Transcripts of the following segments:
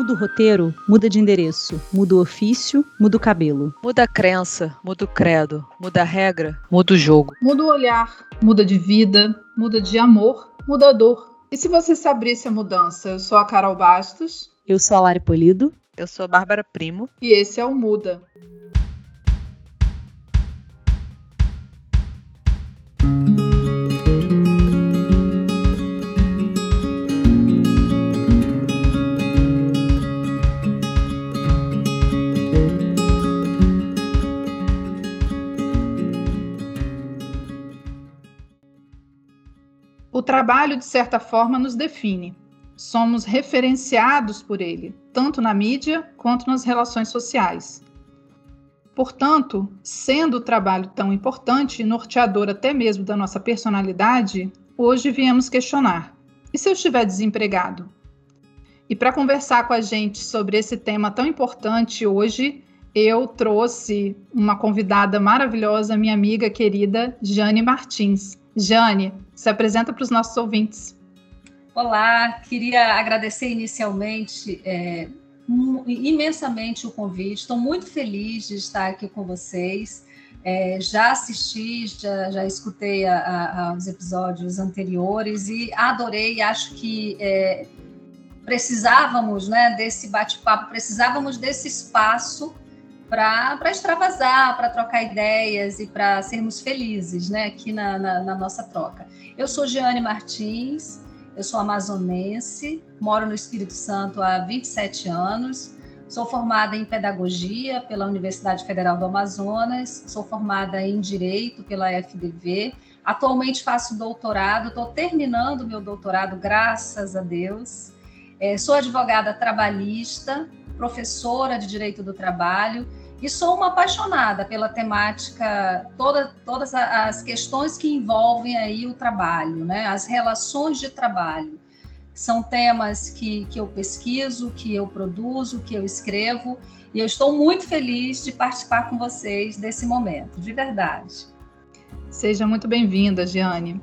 Muda o roteiro, muda de endereço. Muda o ofício, muda o cabelo. Muda a crença, muda o credo. Muda a regra, muda o jogo. Muda o olhar, muda de vida, muda de amor, muda a dor. E se você se abrisse a mudança? Eu sou a Carol Bastos. Eu sou a Lari Polido. Eu sou a Bárbara Primo. E esse é o Muda. O trabalho, de certa forma, nos define. Somos referenciados por ele, tanto na mídia quanto nas relações sociais. Portanto, sendo o trabalho tão importante e norteador até mesmo da nossa personalidade, hoje viemos questionar: e se eu estiver desempregado? E para conversar com a gente sobre esse tema tão importante hoje, eu trouxe uma convidada maravilhosa, minha amiga querida Jane Martins. Jane, se apresenta para os nossos ouvintes. Olá, queria agradecer inicialmente imensamente o convite. Estou muito feliz de estar aqui com vocês. Já assisti, já escutei os episódios anteriores e adorei. Acho que precisávamos, né, desse bate-papo, precisávamos desse espaço para extravasar, para trocar ideias e para sermos felizes, né, aqui na nossa troca. Eu sou Jeane Martins, eu sou amazonense, moro no Espírito Santo há 27 anos, sou formada em Pedagogia pela Universidade Federal do Amazonas, sou formada em Direito pela FDV, atualmente faço doutorado, estou terminando meu doutorado, graças a Deus, sou advogada trabalhista, professora de Direito do Trabalho, e sou uma apaixonada pela temática, todas as questões que envolvem aí o trabalho, né? As relações de trabalho. São temas que eu pesquiso, que eu produzo, que eu escrevo, e eu estou muito feliz de participar com vocês desse momento, de verdade. Seja muito bem-vinda, Jeane.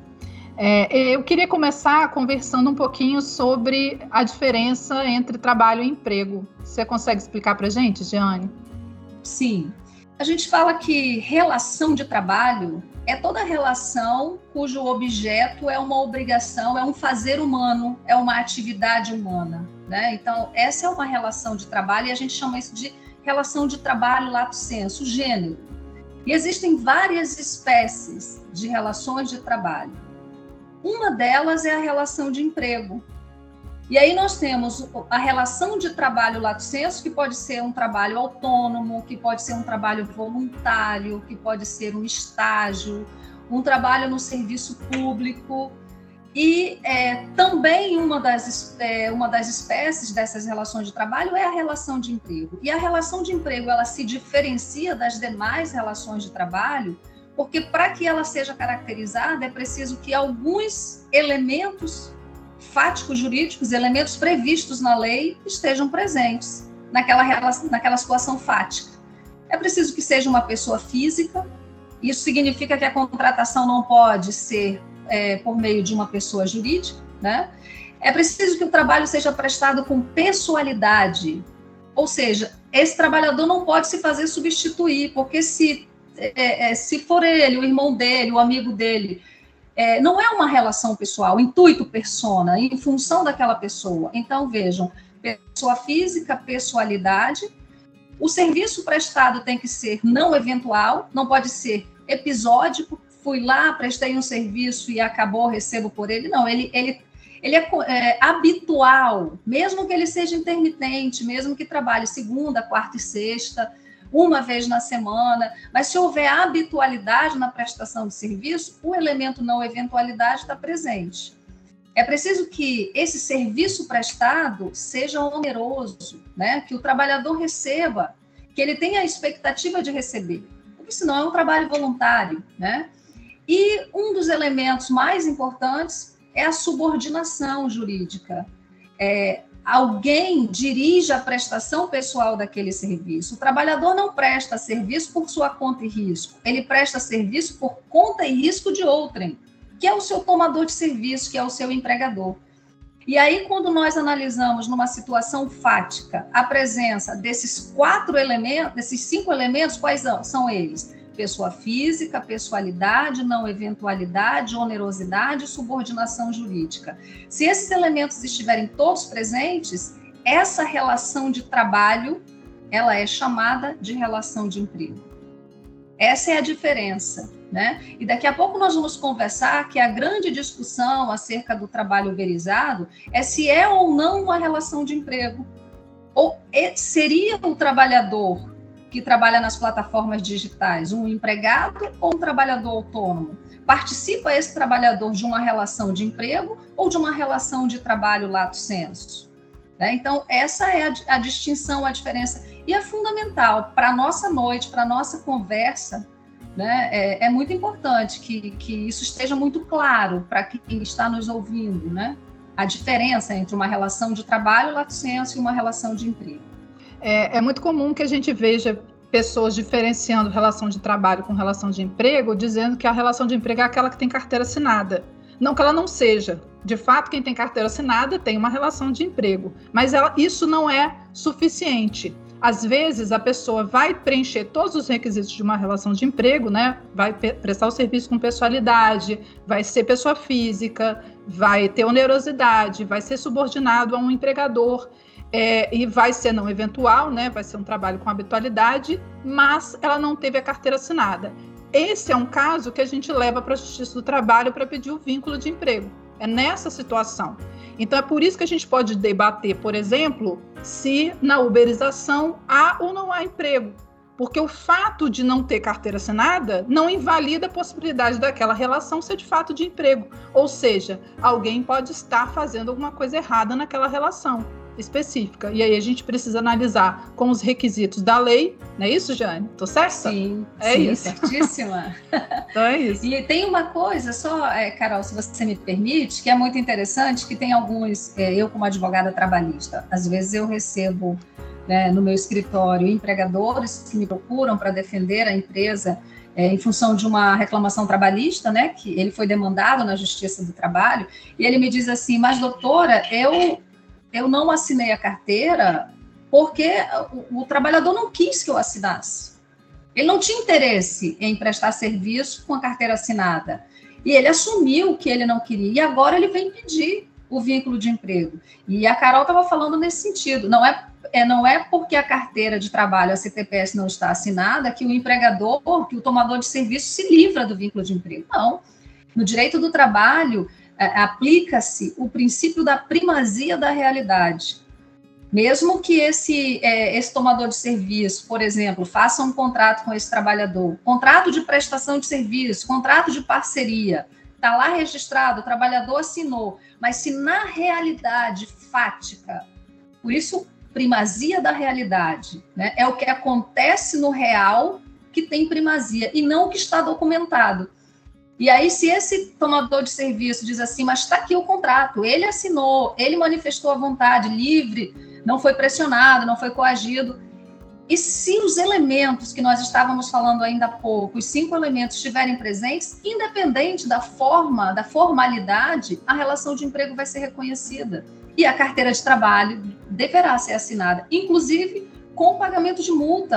Eu queria começar conversando um pouquinho sobre a diferença entre trabalho e emprego. Você consegue explicar para a gente, Jeane? Sim. A gente fala que relação de trabalho é toda relação cujo objeto é uma obrigação, é um fazer humano, é uma atividade humana, né? Então, essa é uma relação de trabalho e a gente chama isso de relação de trabalho lato sensu, gênero. E existem várias espécies de relações de trabalho. Uma delas é a relação de emprego. E aí nós temos a relação de trabalho lato sensu, que pode ser um trabalho autônomo, que pode ser um trabalho voluntário, que pode ser um estágio, um trabalho no serviço público. E também uma das espécies dessas relações de trabalho é a relação de emprego. E a relação de emprego ela se diferencia das demais relações de trabalho, porque para que ela seja caracterizada é preciso que alguns elementos fáticos jurídicos, elementos previstos na lei, estejam presentes naquela situação fática. É preciso que seja uma pessoa física, isso significa que a contratação não pode ser por meio de uma pessoa jurídica, né? É preciso que o trabalho seja prestado com pessoalidade, ou seja, esse trabalhador não pode se fazer substituir, porque se for ele, o irmão dele, o amigo dele, não é uma relação pessoal, intuito persona, em função daquela pessoa. Então, vejam, pessoa física, pessoalidade, o serviço prestado tem que ser não eventual, não pode ser episódico, fui lá, prestei um serviço e acabou, recebo por ele. Não, ele é habitual, mesmo que ele seja intermitente, mesmo que trabalhe segunda, quarta e sexta, uma vez na semana, mas se houver habitualidade na prestação de serviço, o elemento não eventualidade está presente. É preciso que esse serviço prestado seja oneroso, né? Que o trabalhador receba, que ele tenha a expectativa de receber, porque senão é um trabalho voluntário, né? E um dos elementos mais importantes é a subordinação jurídica. Alguém dirige a prestação pessoal daquele serviço. O trabalhador não presta serviço por sua conta e risco, ele presta serviço por conta e risco de outrem, que é o seu tomador de serviço, que é o seu empregador. E aí, quando nós analisamos numa situação fática a presença desses 4 elementos, desses 5 elementos, quais são eles? Pessoa física, pessoalidade, não eventualidade, onerosidade e subordinação jurídica. Se esses elementos estiverem todos presentes, essa relação de trabalho, ela é chamada de relação de emprego. Essa é a diferença, né? E daqui a pouco nós vamos conversar que a grande discussão acerca do trabalho uberizado é se é ou não uma relação de emprego. Ou seria o trabalhador que trabalha nas plataformas digitais um empregado ou um trabalhador autônomo? Participa esse trabalhador de uma relação de emprego ou de uma relação de trabalho lato sensu? Né? Então, essa é a distinção, a diferença. E é fundamental para a nossa noite, para a nossa conversa, né? É muito importante que isso esteja muito claro para quem está nos ouvindo, né? A diferença entre uma relação de trabalho lato sensu e uma relação de emprego. É muito comum que a gente veja pessoas diferenciando relação de trabalho com relação de emprego, dizendo que a relação de emprego é aquela que tem carteira assinada. Não que ela não seja. De fato, quem tem carteira assinada tem uma relação de emprego. Mas isso não é suficiente. Às vezes, a pessoa vai preencher todos os requisitos de uma relação de emprego, né? Vai prestar o serviço com pessoalidade, vai ser pessoa física, vai ter onerosidade, vai ser subordinado a um empregador. E vai ser não eventual, né? Vai ser um trabalho com habitualidade, mas ela não teve a carteira assinada. Esse é um caso que a gente leva para a Justiça do Trabalho para pedir o vínculo de emprego. É nessa situação. Então, é por isso que a gente pode debater, por exemplo, se na uberização há ou não há emprego. Porque o fato de não ter carteira assinada não invalida a possibilidade daquela relação ser de fato de emprego. Ou seja, alguém pode estar fazendo alguma coisa errada naquela relação específica. E aí a gente precisa analisar com os requisitos da lei. Não é isso, Jane? Tô certa? Sim, isso. Certíssima. Então é isso. E tem uma coisa só, Carol, se você me permite, que é muito interessante, que tem alguns, eu como advogada trabalhista, às vezes eu recebo, né, no meu escritório empregadores que me procuram para defender a empresa em função de uma reclamação trabalhista, né, que ele foi demandado na Justiça do Trabalho, e ele me diz assim, mas doutora, eu não assinei a carteira porque o trabalhador não quis que eu assinasse. Ele não tinha interesse em prestar serviço com a carteira assinada. E ele assumiu que ele não queria. E agora ele vem pedir o vínculo de emprego. E a Carol estava falando nesse sentido. Não é porque a carteira de trabalho, a CTPS, não está assinada que o empregador, que o tomador de serviço se livra do vínculo de emprego. Não. No direito do trabalho, aplica-se o princípio da primazia da realidade. Mesmo que esse tomador de serviço, por exemplo, faça um contrato com esse trabalhador, contrato de prestação de serviço, contrato de parceria, está lá registrado, o trabalhador assinou, mas se na realidade fática, por isso, primazia da realidade, né, é o que acontece no real que tem primazia, e não o que está documentado. E aí, se esse tomador de serviço diz assim, mas está aqui o contrato, ele assinou, ele manifestou a vontade livre, não foi pressionado, não foi coagido, e se os elementos que nós estávamos falando ainda há pouco, os 5 elementos estiverem presentes, independente da forma, da formalidade, a relação de emprego vai ser reconhecida. E a carteira de trabalho deverá ser assinada, inclusive com pagamento de multa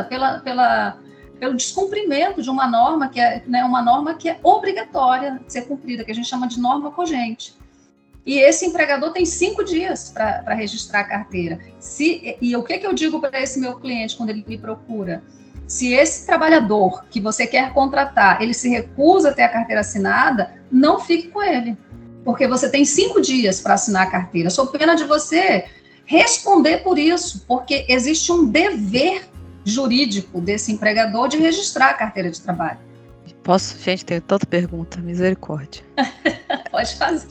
pelo descumprimento de uma norma que é, né, uma norma que é obrigatória de ser cumprida, que a gente chama de norma cogente. E esse empregador tem 5 dias para registrar a carteira. E o que eu digo para esse meu cliente quando ele me procura? Se esse trabalhador que você quer contratar, ele se recusa a ter a carteira assinada, não fique com ele, porque você tem 5 dias para assinar a carteira. Sou pena de você responder por isso, porque existe um dever jurídico desse empregador de registrar a carteira de trabalho. Posso? Gente, tenho tanta pergunta, misericórdia. Pode fazer.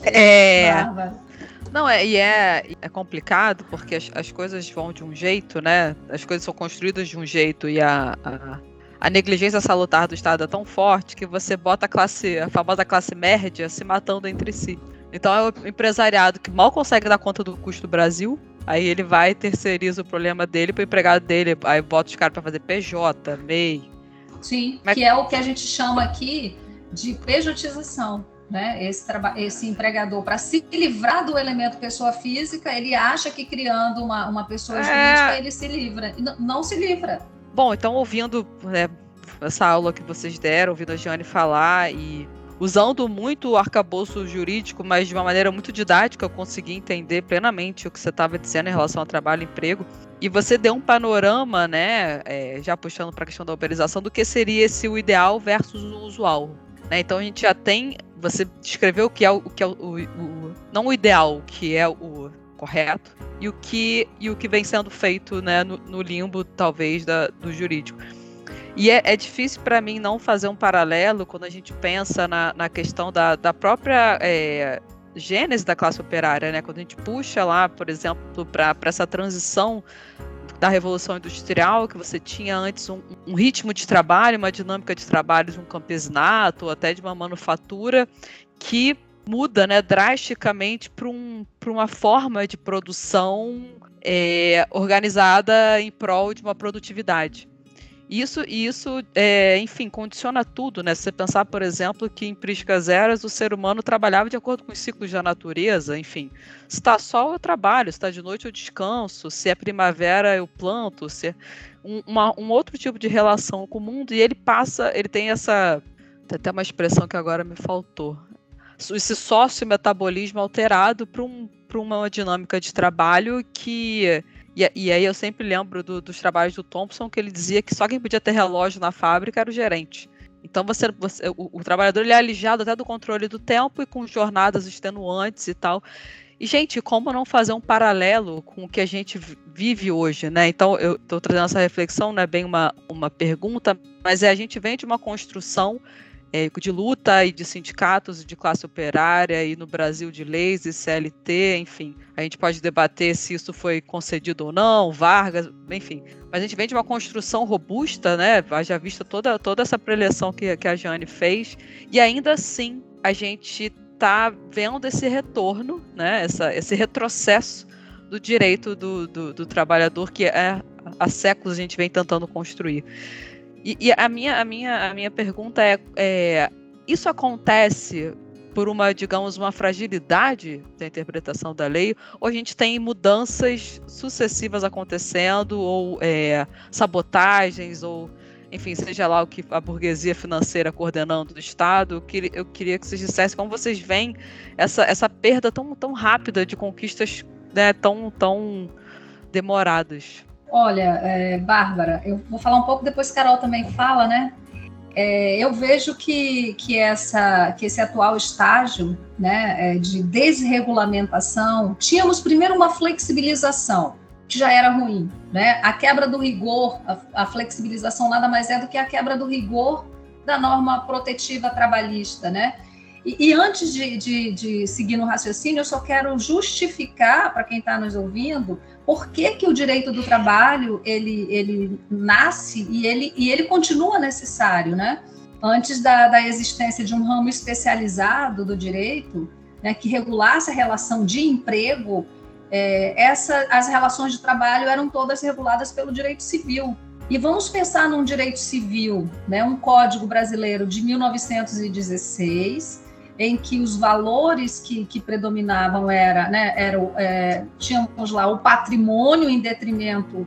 Não, é complicado porque as coisas vão de um jeito, né? As coisas são construídas de um jeito e a negligência salutar do Estado é tão forte que você bota a famosa classe média se matando entre si. Então é o empresariado que mal consegue dar conta do custo do Brasil, aí ele vai e terceiriza o problema dele para o empregado dele, aí bota os caras para fazer PJ, MEI. Sim, que é o que a gente chama aqui de pejotização. né? Esse empregador, para se livrar do elemento pessoa física, ele acha que criando uma pessoa jurídica ele se livra. E não se livra. Bom, então ouvindo, né, essa aula que vocês deram, ouvindo a Jeane falar e usando muito o arcabouço jurídico, mas de uma maneira muito didática, eu consegui entender plenamente o que você estava dizendo em relação ao trabalho e emprego. E você deu um panorama, né, já puxando para a questão da uberização, do que seria o ideal versus o usual. Né? Então a gente já tem, você descreveu o que é não o ideal, o que é o correto, e o que vem sendo feito, né, no limbo, talvez, do jurídico. E é difícil para mim não fazer um paralelo quando a gente pensa na questão da própria gênese da classe operária, né? Quando a gente puxa lá, por exemplo, para essa transição da Revolução Industrial, que você tinha antes um ritmo de trabalho, uma dinâmica de trabalho de um campesinato, ou até de uma manufatura, que muda, né, drasticamente para uma forma de produção organizada em prol de uma produtividade. Isso enfim, condiciona tudo, né? Se você pensar, por exemplo, que em Priscas Eras o ser humano trabalhava de acordo com os ciclos da natureza, enfim. Se está sol, eu trabalho, se está de noite, eu descanso, se é primavera, eu planto, se é um outro tipo de relação com o mundo, e ele tem tem até uma expressão que agora me faltou, esse sócio-metabolismo alterado para uma dinâmica de trabalho que... E aí eu sempre lembro dos trabalhos do Thompson, que ele dizia que só quem podia ter relógio na fábrica era o gerente. Então o trabalhador ele é alijado até do controle do tempo e com jornadas extenuantes e tal. E, gente, como não fazer um paralelo com o que a gente vive hoje, né? Então eu estou trazendo essa reflexão, não é bem uma pergunta, mas a gente vem de uma construção de luta e de sindicatos e de classe operária, e no Brasil de leis e CLT, enfim. A gente pode debater se isso foi concedido ou não, Vargas, enfim. Mas a gente vem de uma construção robusta, né? Já vista toda essa preleção que a Jeane fez, e ainda assim a gente está vendo esse retorno, né? Esse retrocesso do direito do trabalhador que há séculos a gente vem tentando construir. E a minha pergunta isso acontece por uma fragilidade da interpretação da lei, ou a gente tem mudanças sucessivas acontecendo, ou sabotagens, ou, enfim, seja lá o que a burguesia financeira coordenando do Estado? Eu queria que vocês dissessem como vocês veem essa perda tão rápida de conquistas, né, tão demoradas. Olha, Bárbara, eu vou falar um pouco, depois Carol também fala, né? Eu vejo que esse atual estágio, né, de desregulamentação, tínhamos primeiro uma flexibilização, que já era ruim, né? A quebra do rigor, a flexibilização nada mais é do que a quebra do rigor da norma protetiva trabalhista, né? E antes de seguir no raciocínio, eu só quero justificar para quem está nos ouvindo por que o direito do trabalho ele nasce e ele continua necessário, né? Antes da existência de um ramo especializado do direito, né, que regulasse a relação de emprego, as relações de trabalho eram todas reguladas pelo direito civil. E vamos pensar num direito civil, né, um Código Brasileiro de 1916, em que os valores que predominavam tínhamos lá o patrimônio em detrimento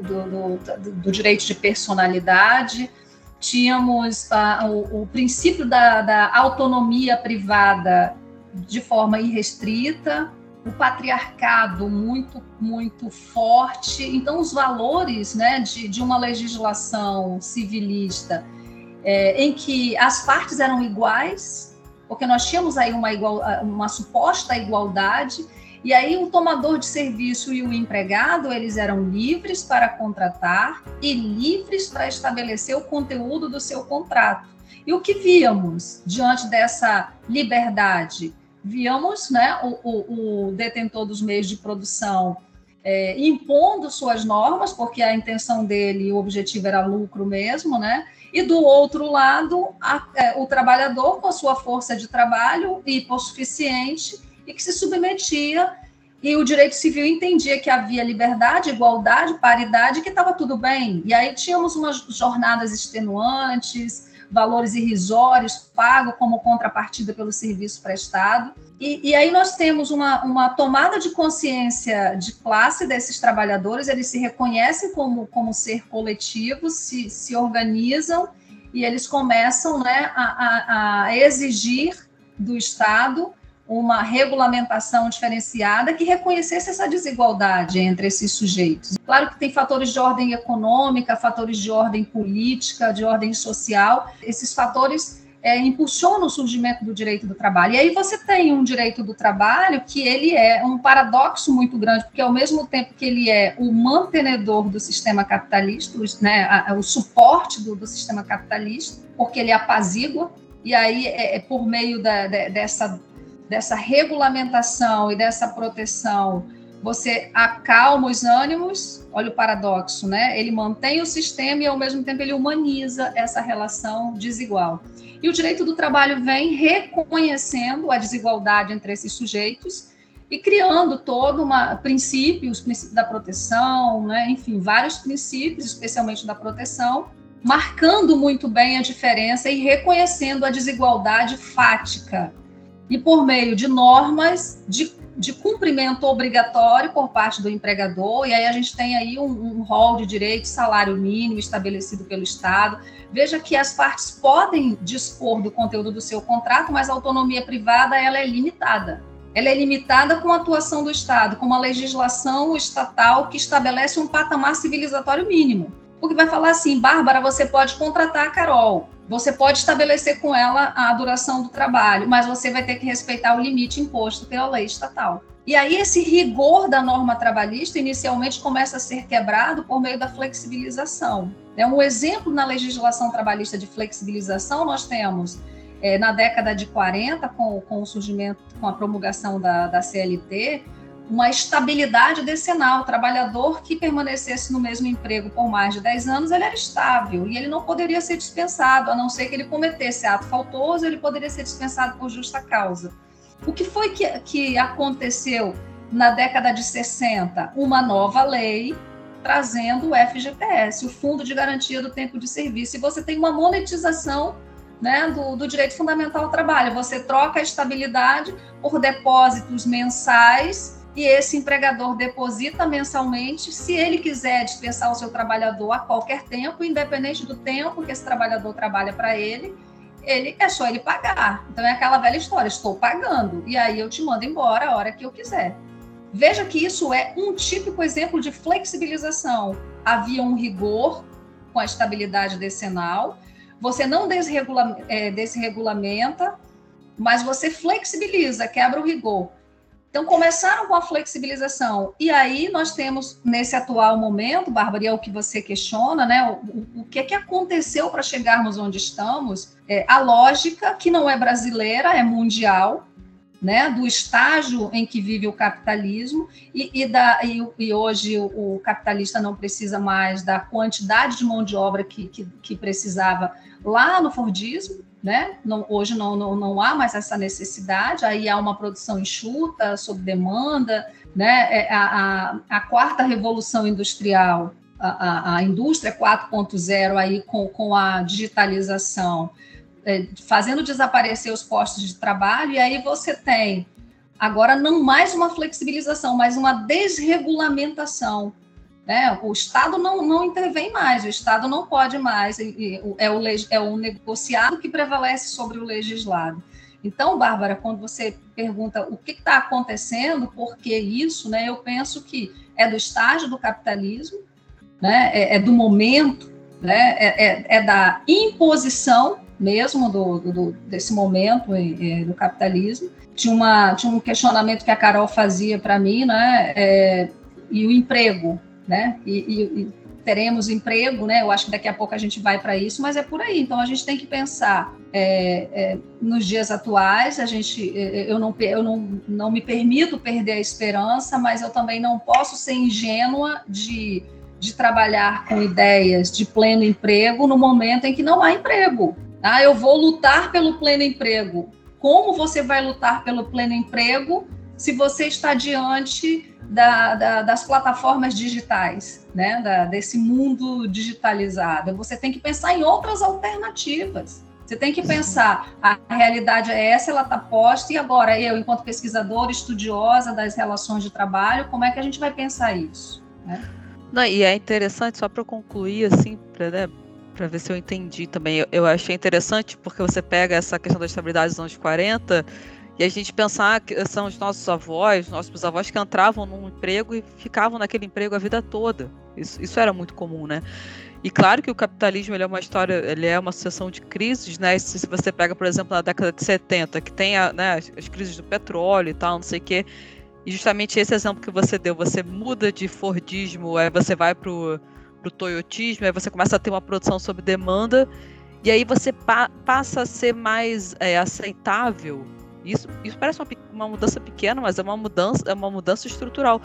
do direito de personalidade, tínhamos o princípio da autonomia privada de forma irrestrita, o patriarcado muito, muito forte. Então, os valores, né, de uma legislação civilista em que as partes eram iguais, porque nós tínhamos aí uma suposta igualdade, e aí o tomador de serviço e o empregado, eles eram livres para contratar e livres para estabelecer o conteúdo do seu contrato. E o que víamos diante dessa liberdade? Víamos, né, o detentor dos meios de produção impondo suas normas, porque a intenção dele, o objetivo era lucro mesmo, né? E do outro lado, o trabalhador com a sua força de trabalho hipossuficiente e que se submetia e o direito civil entendia que havia liberdade, igualdade, paridade, que estava tudo bem. E aí tínhamos umas jornadas extenuantes, valores irrisórios pagos como contrapartida pelo serviço prestado. E aí nós temos uma tomada de consciência de classe desses trabalhadores, eles se reconhecem como ser coletivo, se organizam, e eles começam, né, a exigir do Estado uma regulamentação diferenciada que reconhecesse essa desigualdade entre esses sujeitos. Claro que tem fatores de ordem econômica, fatores de ordem política, de ordem social. Esses fatores impulsionam o surgimento do direito do trabalho. E aí você tem um direito do trabalho que ele é um paradoxo muito grande, porque ao mesmo tempo que ele é o mantenedor do sistema capitalista, né, o suporte do sistema capitalista, porque ele apazigua, e aí por meio dessa regulamentação e dessa proteção, você acalma os ânimos, olha o paradoxo, né? Ele mantém o sistema e, ao mesmo tempo, ele humaniza essa relação desigual. E o direito do trabalho vem reconhecendo a desigualdade entre esses sujeitos e criando princípios da proteção, né? Enfim, vários princípios, especialmente da proteção, marcando muito bem a diferença e reconhecendo a desigualdade fática. E por meio de normas de cumprimento obrigatório por parte do empregador, e aí a gente tem aí um rol de direitos, salário mínimo estabelecido pelo Estado. Veja que as partes podem dispor do conteúdo do seu contrato, mas a autonomia privada ela é limitada. Ela é limitada com a atuação do Estado, com uma legislação estatal que estabelece um patamar civilizatório mínimo. Porque vai falar assim, Bárbara, você pode contratar a Carol, você pode estabelecer com ela a duração do trabalho, mas você vai ter que respeitar o limite imposto pela lei estatal. E aí esse rigor da norma trabalhista inicialmente começa a ser quebrado por meio da flexibilização. Um exemplo na legislação trabalhista de flexibilização nós temos na década de 40, com o surgimento, com a promulgação da CLT, uma estabilidade decenal. O trabalhador que permanecesse no mesmo emprego por mais de 10 anos, ele era estável e ele não poderia ser dispensado, a não ser que ele cometesse ato faltoso, ele poderia ser dispensado por justa causa. O que foi que aconteceu na década de 60? Uma nova lei trazendo o FGTS, o Fundo de Garantia do Tempo de Serviço, e você tem uma monetização, né, do direito fundamental ao trabalho. Você troca a estabilidade por depósitos mensais, e esse empregador deposita mensalmente, se ele quiser dispensar o seu trabalhador a qualquer tempo, independente do tempo que esse trabalhador trabalha para ele, é só ele pagar. Então é aquela velha história, estou pagando, e aí eu te mando embora a hora que eu quiser. Veja que isso é um típico exemplo de flexibilização. Havia um rigor com a estabilidade decenal, você não desregulamenta, mas você flexibiliza, quebra o rigor. Então, começaram com a flexibilização. E aí nós temos, nesse atual momento, Bárbara, e é o que você questiona, né? O que é que aconteceu para chegarmos onde estamos? A lógica, que não é brasileira, é mundial, né? Do estágio em que vive o capitalismo, e hoje o capitalista não precisa mais da quantidade de mão de obra que precisava lá no Fordismo, né? Hoje não há mais essa necessidade, aí há uma produção enxuta, sob demanda, né? A quarta revolução industrial, a indústria 4.0 aí com a digitalização, fazendo desaparecer os postos de trabalho, e aí você tem agora não mais uma flexibilização, mas uma desregulamentação. O Estado não intervém mais, o Estado não pode mais, é o negociado que prevalece sobre o legislado. Então, Bárbara, quando você pergunta o que está acontecendo, por que isso, né, eu penso que é do estágio do capitalismo, né, é do momento, né, é da imposição mesmo desse momento do capitalismo. Tinha um questionamento que a Carol fazia para mim, né, e o emprego, né? E teremos emprego, né? Eu acho que daqui a pouco a gente vai para isso, mas é por aí. Então a gente tem que pensar nos dias atuais. Eu não me permito perder a esperança, mas eu também não posso ser ingênua de trabalhar com ideias de pleno emprego no momento em que não há emprego. Eu vou lutar pelo pleno emprego. Como você vai lutar pelo pleno emprego se você está diante das plataformas digitais, né? Desse mundo digitalizado. Você tem que pensar em outras alternativas. Você tem que pensar, a realidade é essa, ela está posta, e agora eu, enquanto pesquisadora, estudiosa das relações de trabalho, como é que a gente vai pensar isso? Né? Não, e é interessante, só para concluir, assim, para ver se eu entendi também, eu achei interessante porque você pega essa questão da estabilidade dos anos 40 e a gente pensar que são os nossos avós, nossos bisavós que entravam num emprego e ficavam naquele emprego a vida toda. Isso era muito comum, né? E claro que o capitalismo ele é uma história, ele é uma sucessão de crises, né? Se você pega, por exemplo, na década de 70, que tem né, as crises do petróleo e tal, não sei o quê, e justamente esse exemplo que você deu, você muda de Fordismo, aí você vai pro toyotismo, aí você começa a ter uma produção sob demanda, e aí você passa a ser mais aceitável. Isso parece uma mudança pequena, mas é uma mudança estrutural.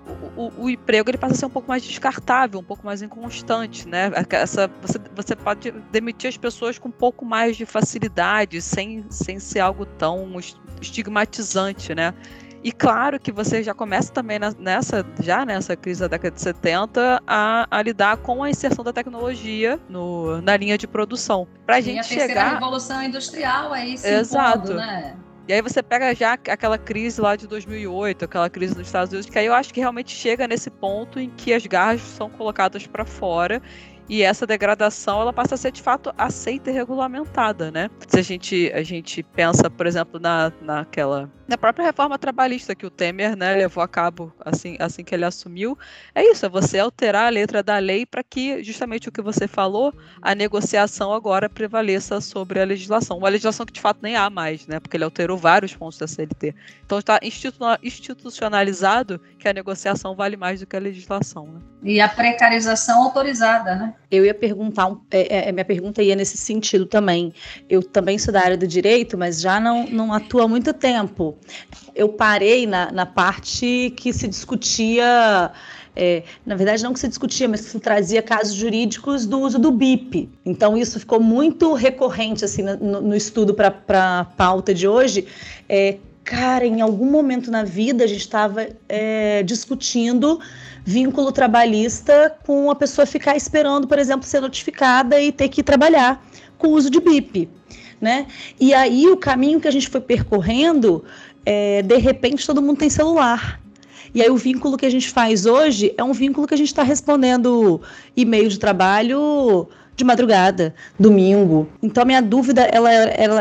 O emprego ele passa a ser um pouco mais descartável, um pouco mais inconstante, né? Você pode demitir as pessoas com um pouco mais de facilidade, sem ser algo tão estigmatizante, né? E claro que você já começa também nessa crise da década de 70 a lidar com a inserção da tecnologia na linha de produção. Pra gente chegar... a terceira revolução industrial aí se Exato. Impondo, né? E aí você pega já aquela crise lá de 2008, aquela crise nos Estados Unidos, que aí eu acho que realmente chega nesse ponto em que as garras são colocadas para fora e essa degradação ela passa a ser de fato aceita e regulamentada, né? Se a gente pensa, por exemplo, na própria reforma trabalhista que o Temer, né, levou a cabo assim que ele assumiu, é isso, é você alterar a letra da lei para que justamente o que você falou, a negociação agora prevaleça sobre a legislação. Uma legislação que de fato nem há mais, né? Porque ele alterou vários pontos da CLT. Então está institucionalizado que a negociação vale mais do que a legislação, né? E a precarização autorizada, né? Eu ia perguntar, minha pergunta ia nesse sentido também. Eu também sou da área do direito, mas já não atuo há muito tempo. Eu parei na parte que se discutia, na verdade não que se discutia, mas que se trazia casos jurídicos do uso do BIP. Então isso ficou muito recorrente assim, no estudo para a pauta de hoje. Cara, em algum momento na vida a gente estava discutindo vínculo trabalhista com a pessoa ficar esperando, por exemplo, ser notificada e ter que trabalhar com o uso de BIP, né? E aí o caminho que a gente foi percorrendo, de repente todo mundo tem celular. E aí o vínculo que a gente faz hoje é um vínculo que a gente está respondendo e-mail de trabalho de madrugada, domingo. Então a minha dúvida, ela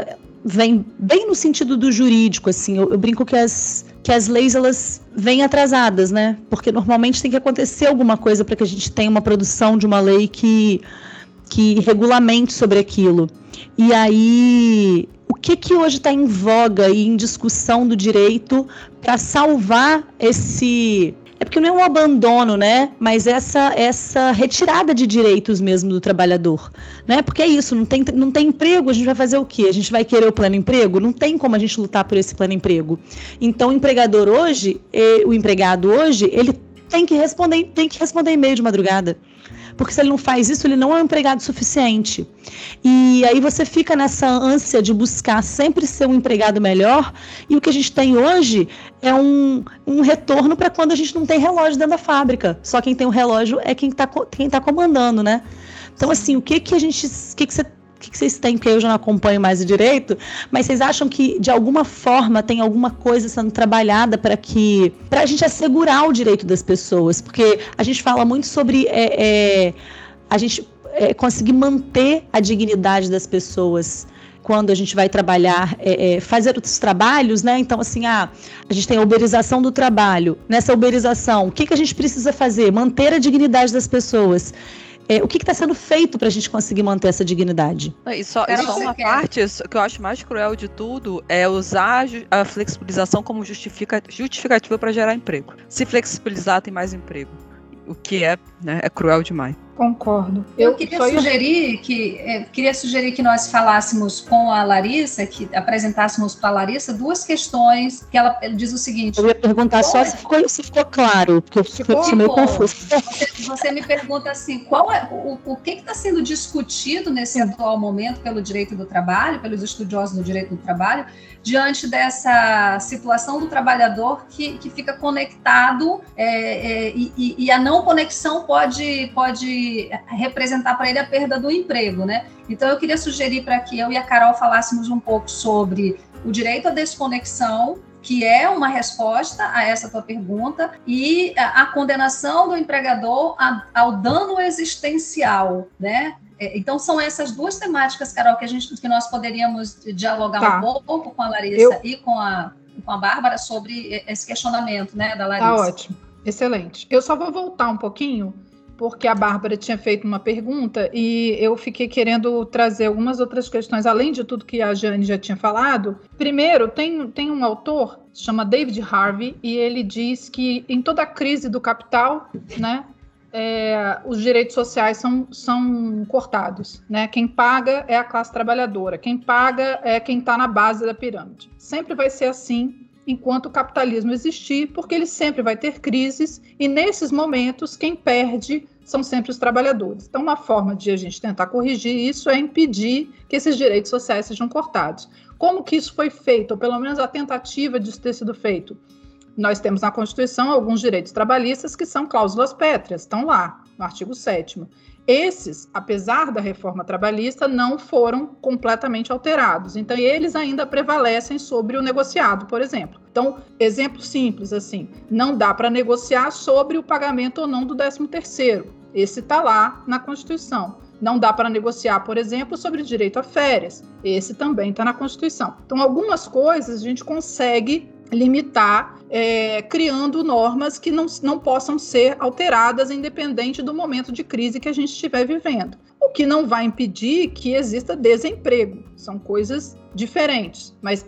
vem bem no sentido do jurídico, assim. Eu brinco que as leis, elas vêm atrasadas, né? Porque normalmente tem que acontecer alguma coisa para que a gente tenha uma produção de uma lei que regulamente sobre aquilo. E aí, o que hoje está em voga e em discussão do direito para salvar esse... É porque não é um abandono, né? Mas essa retirada de direitos mesmo do trabalhador, né? Porque é isso, não tem emprego, a gente vai fazer o quê? A gente vai querer o pleno emprego? Não tem como a gente lutar por esse pleno emprego. Então, o empregado hoje, ele tem que responder e-mail de madrugada. Porque se ele não faz isso, ele não é um empregado suficiente. E aí você fica nessa ânsia de buscar sempre ser um empregado melhor, e o que a gente tem hoje é um retorno para quando a gente não tem relógio dentro da fábrica. Só quem tem o relógio é quem tá comandando, né? Então, assim, o que vocês têm, porque eu já não acompanho mais o direito, mas vocês acham que, de alguma forma, tem alguma coisa sendo trabalhada para a gente assegurar o direito das pessoas? Porque a gente fala muito sobre a gente conseguir manter a dignidade das pessoas quando a gente vai trabalhar, fazer outros trabalhos, né? Então, assim, a gente tem a uberização do trabalho. Nessa uberização, o que a gente precisa fazer? Manter a dignidade das pessoas. O que está sendo feito para a gente conseguir manter essa dignidade? E só uma parte, que eu acho mais cruel de tudo, é usar a flexibilização como justificativa para gerar emprego. Se flexibilizar, tem mais emprego. O que é né? É cruel demais. Concordo. Eu queria sugerir que nós falássemos com a Larissa, que apresentássemos para a Larissa duas questões, que ela diz o seguinte... Eu ia perguntar só se ficou claro, porque eu sou meio confuso. Você me pergunta assim, o que está sendo discutido nesse atual momento pelo direito do trabalho, pelos estudiosos do direito do trabalho, diante dessa situação do trabalhador que fica conectado e a não conexão pode representar para ele a perda do emprego, né? Então eu queria sugerir para que eu e a Carol falássemos um pouco sobre o direito à desconexão, que é uma resposta a essa tua pergunta, e a condenação do empregador ao dano existencial, né? Então são essas duas temáticas, Carol, que nós poderíamos dialogar um pouco com a Larissa e com a Bárbara sobre esse questionamento, né, da Larissa. Tá ótimo, excelente. Eu só vou voltar um pouquinho, porque a Bárbara tinha feito uma pergunta e eu fiquei querendo trazer algumas outras questões, além de tudo que a Jane já tinha falado. Primeiro, tem um autor, se chama David Harvey, e ele diz que em toda a crise do capital, né, os direitos sociais são cortados, né? Quem paga é a classe trabalhadora, quem paga é quem está na base da pirâmide. Sempre vai ser assim enquanto o capitalismo existir, porque ele sempre vai ter crises, e nesses momentos quem perde são sempre os trabalhadores. Então, uma forma de a gente tentar corrigir isso é impedir que esses direitos sociais sejam cortados. Como que isso foi feito, ou pelo menos a tentativa disso ter sido feito? Nós temos na Constituição alguns direitos trabalhistas que são cláusulas pétreas, estão lá, no artigo 7º. Esses, apesar da reforma trabalhista, não foram completamente alterados. Então, eles ainda prevalecem sobre o negociado, por exemplo. Então, exemplo simples, assim, não dá para negociar sobre o pagamento ou não do 13º. Esse está lá na Constituição. Não dá para negociar, por exemplo, sobre direito a férias. Esse também está na Constituição. Então, algumas coisas a gente consegue limitar, criando normas que não possam ser alteradas independente do momento de crise que a gente estiver vivendo. O que não vai impedir que exista desemprego. São coisas diferentes. Mas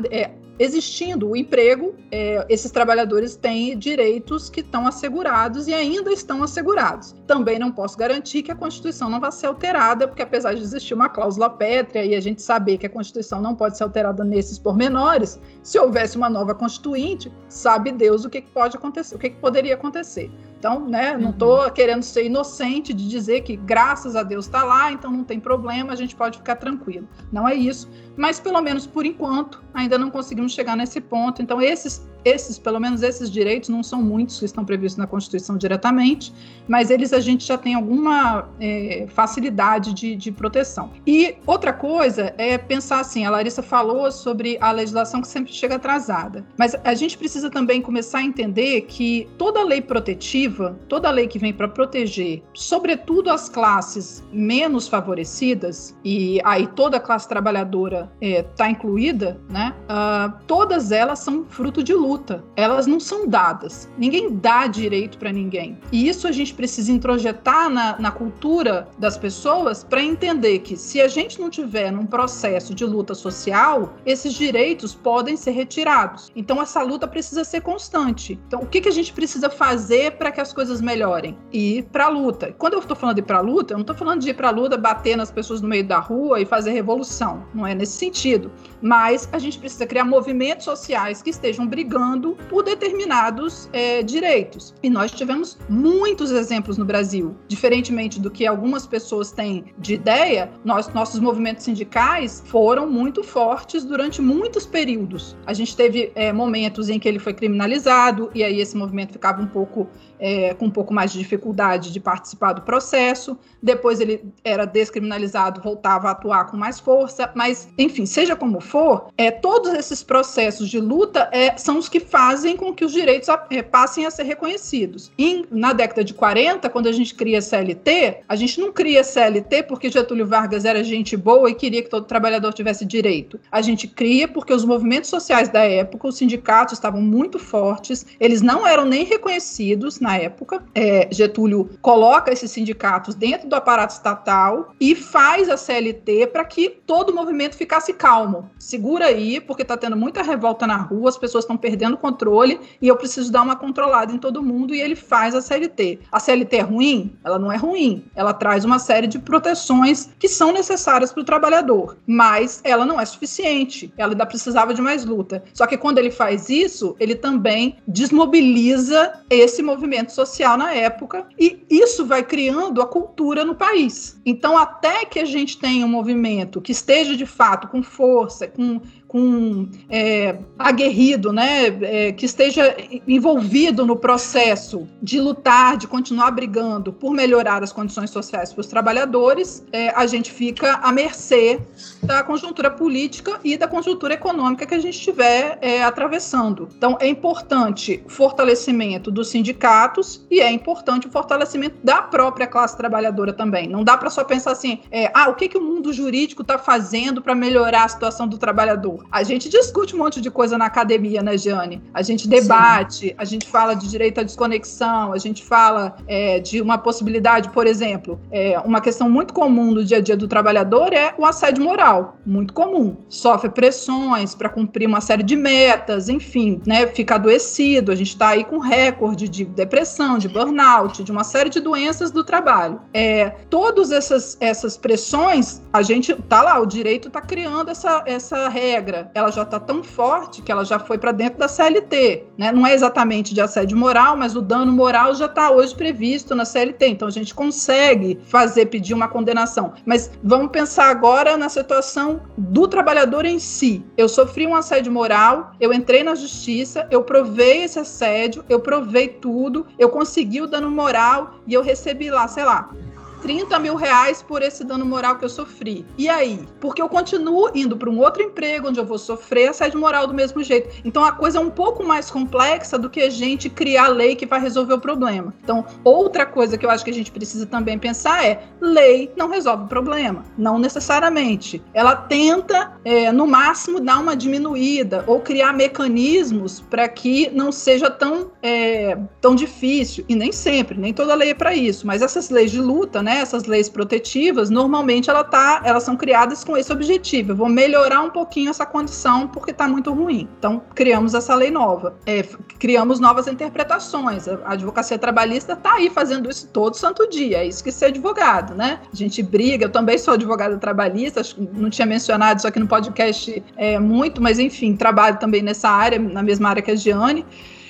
existindo o emprego, esses trabalhadores têm direitos que estão assegurados e ainda estão assegurados. Também não posso garantir que a Constituição não vai ser alterada, porque apesar de existir uma cláusula pétrea e a gente saber que a Constituição não pode ser alterada nesses pormenores, se houvesse uma nova Constituinte, sabe Deus o que pode acontecer, o que poderia acontecer. Então, né, não estou querendo ser inocente de dizer que graças a Deus está lá, então não tem problema, a gente pode ficar tranquilo. Não é isso, mas pelo menos por enquanto ainda não conseguimos chegar nesse ponto. Então pelo menos esses direitos, não são muitos que estão previstos na Constituição diretamente, mas a gente já tem alguma facilidade de proteção. E outra coisa é pensar assim, a Larissa falou sobre a legislação que sempre chega atrasada, mas a gente precisa também começar a entender que toda lei protetiva, toda lei que vem para proteger, sobretudo as classes menos favorecidas, e aí toda a classe trabalhadora está incluída, né? Todas elas são fruto de luta. Elas não são dadas. Ninguém dá direito para ninguém. E isso a gente precisa introjetar na cultura das pessoas para entender que se a gente não tiver num processo de luta social, esses direitos podem ser retirados. Então essa luta precisa ser constante. Então o que a gente precisa fazer para que as coisas melhorem? Ir para a luta. Quando eu estou falando de ir para a luta, eu não estou falando de ir para a luta, bater nas pessoas no meio da rua e fazer revolução. Não é nesse sentido. Mas a gente precisa criar movimentos sociais que estejam brigando por determinados direitos. E nós tivemos muitos exemplos no Brasil. Diferentemente do que algumas pessoas têm de ideia, nossos movimentos sindicais foram muito fortes durante muitos períodos. A gente teve momentos em que ele foi criminalizado, e aí esse movimento ficava com um pouco mais de dificuldade de participar do processo. Depois ele era descriminalizado, voltava a atuar com mais força. Mas, enfim, seja como for, todos esses processos de luta são os que fazem com que os direitos passem a ser reconhecidos. E na década de 40, quando a gente cria CLT, a gente não cria CLT porque Getúlio Vargas era gente boa e queria que todo trabalhador tivesse direito. A gente cria porque os movimentos sociais da época, os sindicatos estavam muito fortes, eles não eram nem reconhecidos na época. Getúlio coloca esses sindicatos dentro do aparato estatal e faz a CLT para que todo o movimento ficasse calmo. Segura aí, porque está tendo muita revolta na rua, as pessoas estão perdendo perdendo o controle e eu preciso dar uma controlada em todo mundo, e ele faz a CLT. A CLT é ruim? Ela não é ruim. Ela traz uma série de proteções que são necessárias para o trabalhador, mas ela não é suficiente. Ela ainda precisava de mais luta. Só que quando ele faz isso, ele também desmobiliza esse movimento social na época, e isso vai criando a cultura no país. Então, até que a gente tenha um movimento que esteja de fato com força, com aguerrido, né, que esteja envolvido no processo de lutar, de continuar brigando por melhorar as condições sociais para os trabalhadores, a gente fica à mercê da conjuntura política e da conjuntura econômica que a gente estiver atravessando. Então, é importante o fortalecimento dos sindicatos e é importante o fortalecimento da própria classe trabalhadora também. Não dá para só pensar assim, o que o mundo jurídico está fazendo para melhorar a situação do trabalhador? A gente discute um monte de coisa na academia, né, Jeane? A gente debate, sim. A gente fala de direito à desconexão, a gente fala de uma possibilidade, por exemplo, uma questão muito comum no dia a dia do trabalhador é o assédio moral, muito comum. Sofre pressões para cumprir uma série de metas, enfim, né, fica adoecido, a gente está aí com recorde de depressão, de burnout, de uma série de doenças do trabalho. Todas essas pressões, a gente tá lá, o direito está criando essa regra. Ela já está tão forte que ela já foi para dentro da CLT, né? Não é exatamente de assédio moral, mas o dano moral já está hoje previsto na CLT, então a gente consegue pedir uma condenação. Mas vamos pensar agora na situação do trabalhador em si. Eu sofri um assédio moral, eu entrei na justiça, eu provei esse assédio, eu provei tudo, eu consegui o dano moral e eu recebi lá, sei lá, 30 mil reais por esse dano moral que eu sofri. E aí? Porque eu continuo indo para um outro emprego onde eu vou sofrer assédio moral do mesmo jeito. Então a coisa é um pouco mais complexa do que a gente criar lei que vai resolver o problema. Então, outra coisa que eu acho que a gente precisa também pensar é: lei não resolve o problema. Não necessariamente. Ela tenta, no máximo, dar uma diminuída ou criar mecanismos para que não seja tão difícil. E nem sempre, nem toda lei é para isso. Mas essas leis de luta, né, essas leis protetivas, normalmente elas são criadas com esse objetivo. Eu vou melhorar um pouquinho essa condição porque está muito ruim. Então, criamos essa lei nova. Criamos novas interpretações. A advocacia trabalhista está aí fazendo isso todo santo dia. É isso que ser advogado, né? A gente briga. Eu também sou advogada trabalhista, acho que não tinha mencionado isso aqui no podcast muito, mas enfim, trabalho também nessa área, na mesma área que a Jeane.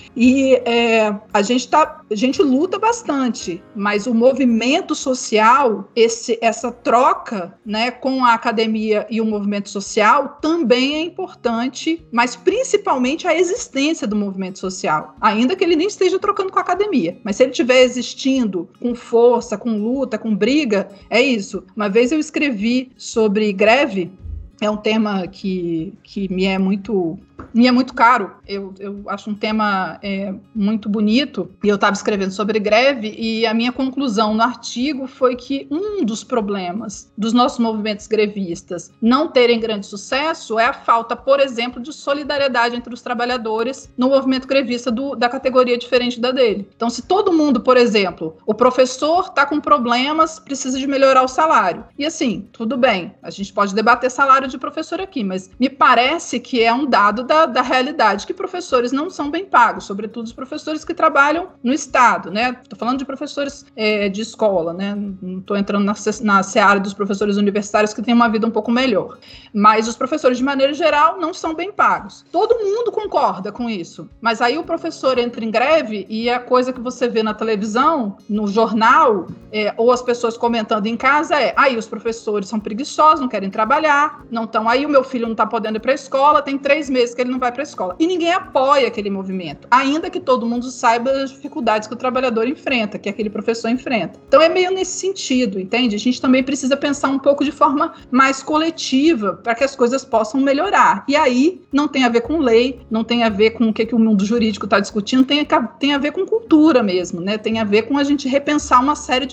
E a gente luta bastante, mas o movimento social, essa troca, né, com a academia e o movimento social também é importante, mas principalmente a existência do movimento social, ainda que ele nem esteja trocando com a academia, mas se ele estiver existindo com força, com luta, com briga, é isso. Uma vez eu escrevi sobre greve, é um tema que me é muito caro, eu acho um tema muito bonito, e eu estava escrevendo sobre greve, e a minha conclusão no artigo foi que um dos problemas dos nossos movimentos grevistas não terem grande sucesso é a falta, por exemplo, de solidariedade entre os trabalhadores no movimento grevista da categoria diferente da dele. Então, se todo mundo, por exemplo, o professor está com problemas, precisa de melhorar o salário, e assim, tudo bem, a gente pode debater salário de professor aqui, mas me parece que é um dado da realidade que professores não são bem pagos, sobretudo os professores que trabalham no Estado, né? Estou falando de professores de escola, né? Não estou entrando na seara dos professores universitários que têm uma vida um pouco melhor, mas os professores, de maneira geral, não são bem pagos. Todo mundo concorda com isso, mas aí o professor entra em greve e a coisa que você vê na televisão, no jornal, ou as pessoas comentando em casa aí os professores são preguiçosos, não querem trabalhar, não estão aí, o meu filho não está podendo ir para a escola, tem 3 meses que ele não vai para a escola. E ninguém apoia aquele movimento, ainda que todo mundo saiba as dificuldades que o trabalhador enfrenta, que aquele professor enfrenta. Então é meio nesse sentido, entende? A gente também precisa pensar um pouco de forma mais coletiva para que as coisas possam melhorar. E aí não tem a ver com lei, não tem a ver com o que o mundo jurídico está discutindo, tem a ver com cultura mesmo, né? Tem a ver com a gente repensar uma série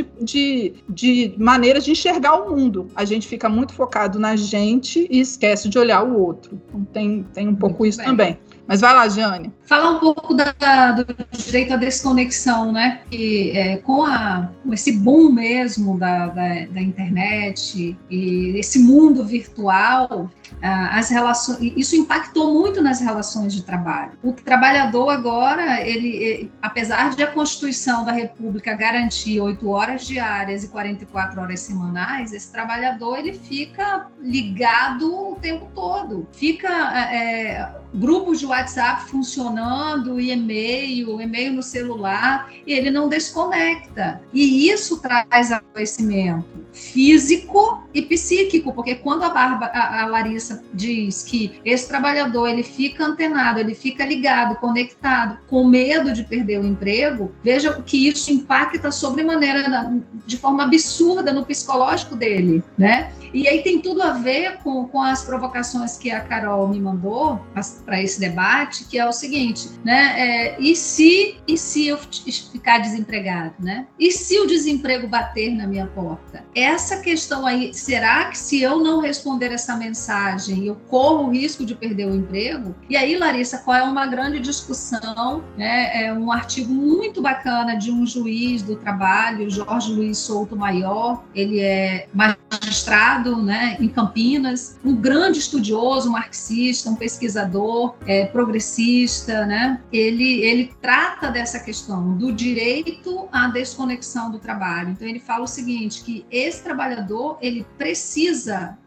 de maneiras de enxergar o mundo. A gente fica muito focado na gente e esquece de olhar o outro. Então tem um pouco isso também. Mas vai lá, Jane. Falar um pouco do direito à desconexão, né? Que com esse boom mesmo da internet e esse mundo virtual, as relações, isso impactou muito nas relações de trabalho. O trabalhador agora, ele, apesar de a Constituição da República garantir 8 horas diárias e 44 horas semanais, esse trabalhador ele fica ligado o tempo todo. Fica grupos de WhatsApp funcionando, e e-mail no celular, e ele não desconecta. E isso traz adoecimento físico e psíquico, porque quando a Larissa diz que esse trabalhador ele fica antenado, ele fica ligado, conectado, com medo de perder o emprego, veja que isso impacta sobremaneira, de forma absurda no psicológico dele, né? E aí tem tudo a ver com as provocações que a Carol me mandou para esse debate, que é o seguinte, né? E se eu ficar desempregado, né? E se o desemprego bater na minha porta? Essa questão aí, será que se eu não responder essa mensagem, eu corro o risco de perder o emprego? E aí, Larissa, qual é uma grande discussão, né? É um artigo muito bacana de um juiz do trabalho, Jorge Luiz Souto Maior, ele é magistrado, né, em Campinas, um grande estudioso, marxista, um pesquisador progressista, né? Ele trata dessa questão do direito à desconexão do trabalho. Então ele fala o seguinte, que esse trabalhador ele precisa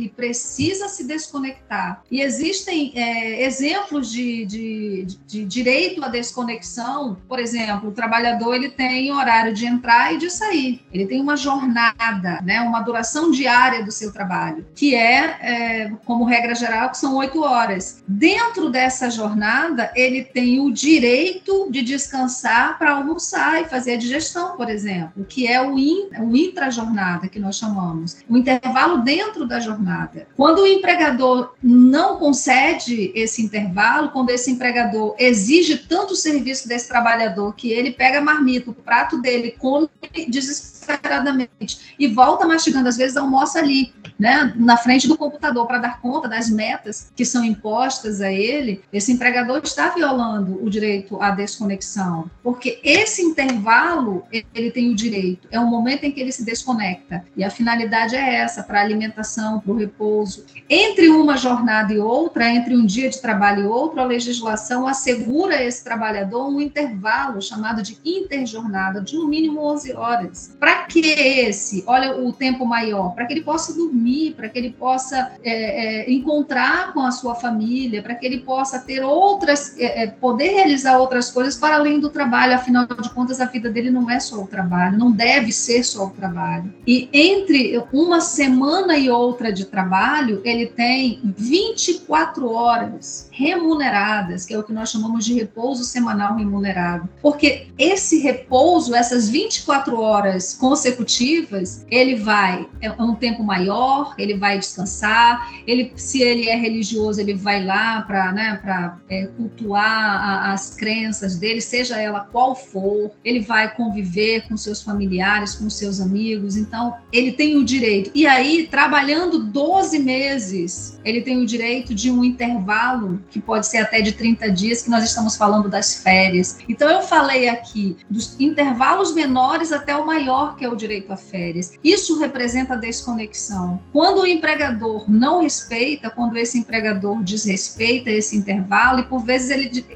se desconectar. E existem exemplos de direito à desconexão. Por exemplo, o trabalhador ele tem horário de entrar e de sair. Ele tem uma jornada, né, uma duração diária do seu trabalho, que como regra geral, que são 8 horas. Dentro dessa jornada, ele tem o direito de descansar para almoçar e fazer a digestão, por exemplo, que é o intra-jornada, que nós chamamos, o intervalo dentro da jornada. Quando o empregador não concede esse intervalo, quando esse empregador exige tanto serviço desse trabalhador que ele pega a marmita, o prato dele, come desesperadamente e volta mastigando, às vezes almoça ali, né, na frente do computador para dar conta das metas que são impostas a ele, esse empregador está violando o direito à desconexão, porque esse intervalo, ele tem o direito, é um momento em que ele se desconecta, e a finalidade é essa, para a alimentação, para o repouso. Entre uma jornada e outra, entre um dia de trabalho e outro, a legislação assegura a esse trabalhador um intervalo chamado de interjornada, de no mínimo 11 horas. Para que olha o tempo maior, para que ele possa dormir, para que ele possa encontrar com a sua família, para que ele possa ter poder realizar outras coisas para além do trabalho. Afinal de contas, a vida dele não é só o trabalho, não deve ser só o trabalho. E entre uma semana e outra de trabalho, ele tem 24 horas remuneradas, que é o que nós chamamos de repouso semanal remunerado. Porque esse repouso, essas 24 horas consecutivas, ele vai, um tempo maior, ele vai descansar, se ele é religioso, ele vai lá para cultuar as crenças dele, seja ela qual for, ele vai conviver com seus familiares, com seus amigos, então ele tem o direito. E aí, trabalhando 12 meses, ele tem o direito de um intervalo, que pode ser até de 30 dias, que nós estamos falando das férias. Então, eu falei aqui dos intervalos menores até o maior, que é o direito a férias. Isso representa a desconexão. Quando o empregador não respeita, quando esse empregador desrespeita esse intervalo, e por vezes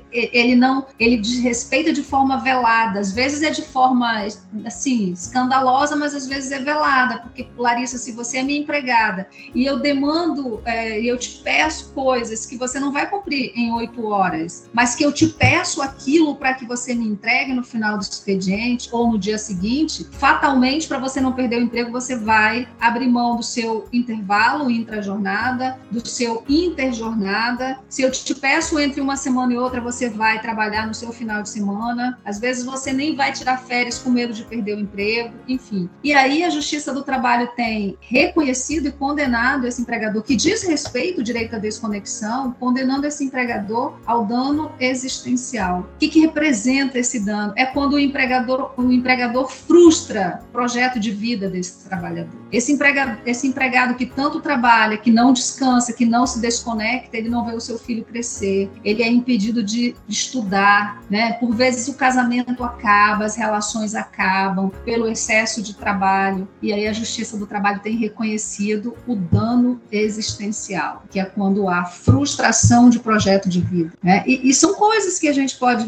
ele desrespeita de forma velada, às vezes é de forma assim, escandalosa, mas às vezes é velada, porque, Larissa, se você é minha empregada e eu demando, eu te peço coisas que você não vai cumprir em 8 horas, mas que eu te peço aquilo para que você me entregue no final do expediente ou no dia seguinte, fatalmente, para você não perder o emprego, você vai abrir mão do seu intervalo intra-jornada, do seu interjornada. Se eu te peço entre uma semana e outra, você vai trabalhar no seu final de semana. Às vezes você nem vai tirar férias com medo de perder o emprego, enfim. E aí a Justiça do Trabalho tem reconhecido e condenado esse empregador que diz respeito ao direito à desconexão, condenando esse empregador ao dano existencial. O que representa esse dano? É quando o empregador frustra projeto de vida desse trabalhador. Esse empregado que tanto trabalha, que não descansa, que não se desconecta, ele não vê o seu filho crescer, ele é impedido de estudar, né? Por vezes o casamento acaba, as relações acabam pelo excesso de trabalho, e aí a Justiça do Trabalho tem reconhecido o dano existencial, que é quando há frustração de projeto de vida, né? E são coisas que a gente pode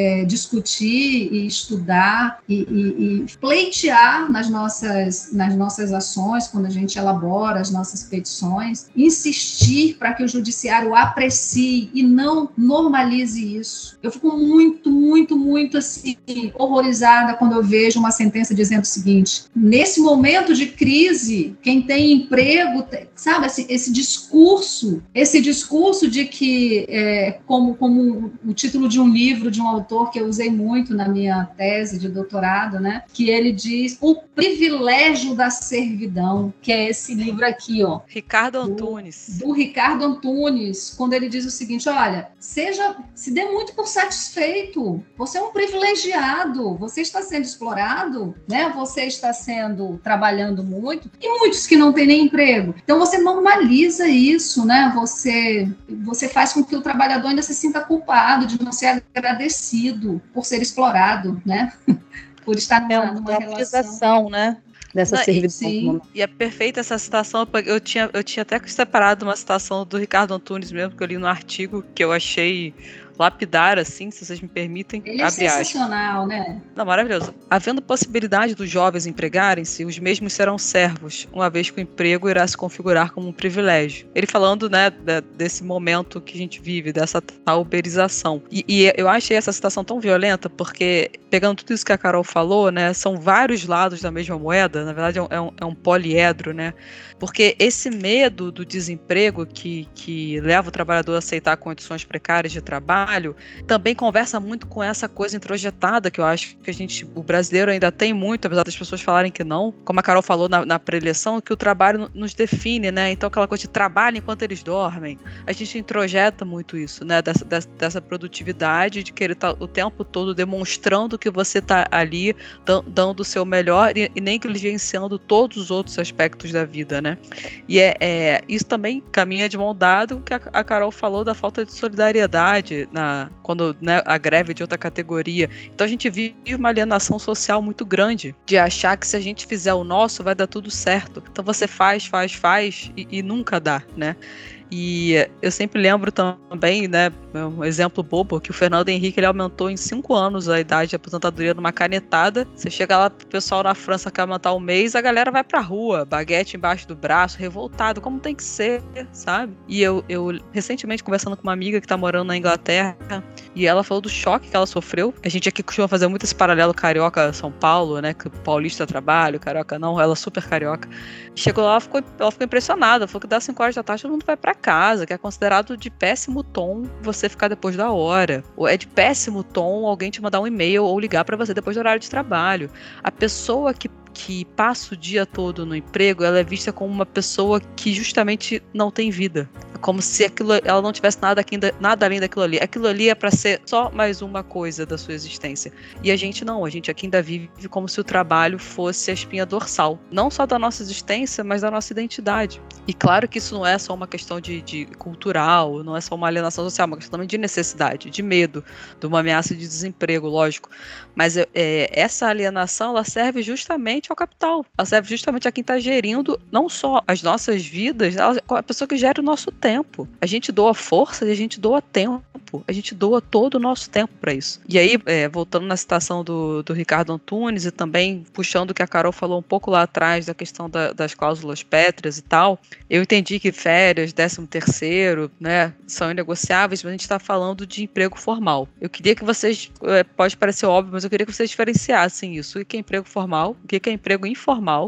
discutir e estudar e pleitear nas nossas ações, quando a gente elabora as nossas petições, insistir para que o judiciário aprecie e não normalize isso. Eu fico muito, muito, muito assim, horrorizada quando eu vejo uma sentença dizendo o seguinte: nesse momento de crise, quem tem emprego, sabe, esse discurso de que, como o título de um livro de um autor que eu usei muito na minha tese de doutorado, né, que ele diz o privilégio da servidão, que é esse livro aqui, ó. Ricardo Antunes. Do Ricardo Antunes, quando ele diz o seguinte: olha, se dê muito por satisfeito, você é um privilegiado, você está sendo explorado, né? Você está trabalhando muito, e muitos que não têm nem emprego. Então você normaliza isso, né? Você faz com que o trabalhador ainda se sinta culpado de não ser agradecido por ser explorado, né? Por estar numa relação, né? Dessa servidão. E é perfeita essa citação. Eu tinha até separado uma citação do Ricardo Antunes mesmo, que eu li no artigo, que eu achei lapidar, assim, se vocês me permitem. Ele é sensacional, né? Não, maravilhoso. Havendo possibilidade dos jovens empregarem-se, os mesmos serão servos, uma vez que o emprego irá se configurar como um privilégio. Ele falando, né, desse momento que a gente vive, dessa tal uberização. E eu achei essa citação tão violenta, porque, pegando tudo isso que a Carol falou, né, são vários lados da mesma moeda, na verdade é um poliedro, né? Porque esse medo do desemprego que leva o trabalhador a aceitar condições precárias de trabalho também conversa muito com essa coisa introjetada que eu acho que o brasileiro ainda tem muito, apesar das pessoas falarem que não, como a Carol falou na pré-eleição, que o trabalho nos define, né? Então aquela coisa de trabalho enquanto eles dormem, a gente introjeta muito isso, né? Dessa produtividade, de querer estar o tempo todo demonstrando que você está ali dando o seu melhor e negligenciando todos os outros aspectos da vida, né? E isso também caminha de mão dada o que a Carol falou da falta de solidariedade quando, né, a greve de outra categoria. Então a gente vive uma alienação social muito grande de achar que se a gente fizer o nosso vai dar tudo certo. Então você faz e nunca dá, né? E eu sempre lembro também, né, um exemplo bobo, que o Fernando Henrique ele aumentou em 5 anos a idade de aposentadoria numa canetada. Você chega lá pro pessoal na França que quer aumentar um mês, a galera vai pra rua, baguete embaixo do braço, revoltado, como tem que ser, sabe? E eu recentemente conversando com uma amiga que tá morando na Inglaterra, e ela falou do choque que ela sofreu. A gente aqui costuma fazer muito esse paralelo carioca-São Paulo, né, que o paulista trabalha, o carioca não, ela é super carioca. Chegou lá, ela ficou impressionada, falou que dá 5 horas da tarde, todo mundo vai pra casa, que é considerado de péssimo tom você ficar depois da hora. Ou é de péssimo tom alguém te mandar um e-mail ou ligar para você depois do horário de trabalho. A pessoa que passa o dia todo no emprego, ela é vista como uma pessoa que justamente não tem vida. Como se ela não tivesse nada além daquilo ali. Aquilo ali é para ser só mais uma coisa da sua existência. E a gente não, a gente aqui ainda vive como se o trabalho fosse a espinha dorsal. Não só da nossa existência, mas da nossa identidade. E claro que isso não é só uma questão de cultural, não é só uma alienação social, é uma questão também de necessidade, de medo, de uma ameaça de desemprego, lógico. Mas essa alienação, ela serve justamente ao capital. Ela serve justamente a quem está gerindo não só as nossas vidas, a pessoa que gera o nosso tempo. A gente doa força e a gente doa tempo. A gente doa todo o nosso tempo para isso. E aí, voltando na citação do Ricardo Antunes e também puxando o que a Carol falou um pouco lá atrás da questão das cláusulas pétreas e tal, eu entendi que férias, 13º, né, são inegociáveis, mas a gente está falando de emprego formal. Eu queria que vocês, pode parecer óbvio, mas eu queria que vocês diferenciassem isso. O que é emprego formal, o que é emprego informal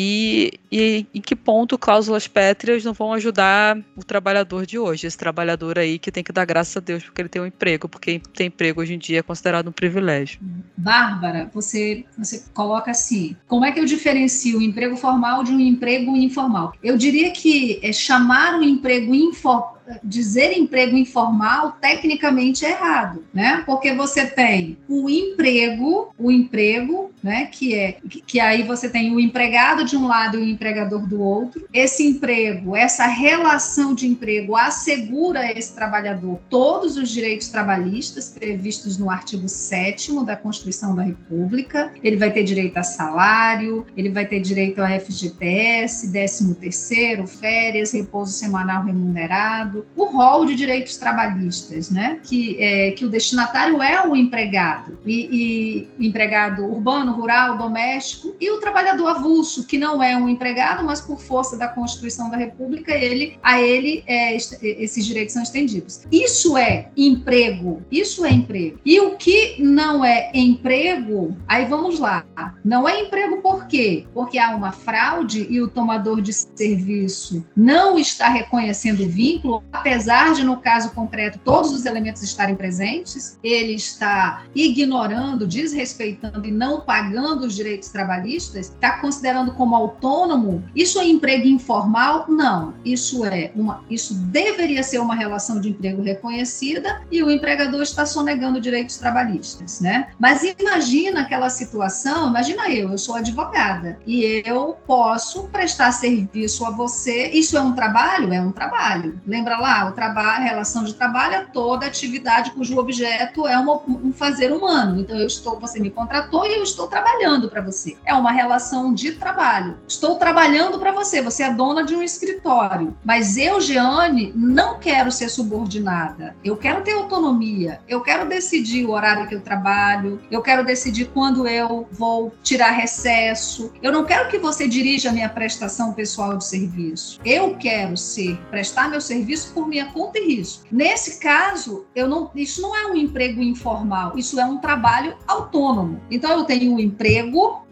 e em que ponto cláusulas pétreas não vão ajudar o trabalhador de hoje, esse trabalhador aí que tem que dar graças a Deus porque ele tem um emprego, porque ter emprego hoje em dia é considerado um privilégio. Bárbara, você coloca assim, como é que eu diferencio o emprego formal de um emprego informal? Eu diria que chamar um emprego informal, dizer emprego informal tecnicamente é errado, né? Porque você tem o emprego, né? Que aí você tem o empregado de um lado e o empregador do outro. Esse emprego, essa relação de emprego assegura a esse trabalhador todos os direitos trabalhistas previstos no artigo 7º da Constituição da República. Ele vai ter direito a salário, ele vai ter direito a FGTS, 13º, férias, repouso semanal remunerado, o rol de direitos trabalhistas, né? Que o destinatário é o empregado, e empregado urbano, rural, doméstico, e o trabalhador avulso, que não é um empregado, mas por força da Constituição da República, esses direitos são estendidos. Isso é emprego. E o que não é emprego, aí vamos lá, não é emprego por quê? Porque há uma fraude e o tomador de serviço não está reconhecendo o vínculo, apesar de, no caso concreto, todos os elementos estarem presentes, ele está ignorando, desrespeitando e não pagando os direitos trabalhistas, está considerando como autônomo. Isso é emprego informal? Não. Isso deveria ser uma relação de emprego reconhecida e o empregador está sonegando direitos trabalhistas, né? Mas imagina aquela situação, imagina eu sou advogada e eu posso prestar serviço a você. Isso é um trabalho? É um trabalho. Lembra lá, a relação de trabalho é toda atividade cujo objeto é um fazer humano. Então você me contratou e eu estou trabalhando para você. É uma relação de trabalho. Estou trabalhando para você, você é dona de um escritório. Mas eu, Jeane, não quero ser subordinada. Eu quero ter autonomia. Eu quero decidir o horário que eu trabalho. Eu quero decidir quando eu vou tirar recesso. Eu não quero que você dirija a minha prestação pessoal de serviço. Eu quero prestar meu serviço por minha conta e risco. Nesse caso, isso não é um emprego informal, isso é um trabalho autônomo. Então, eu tenho o emprego,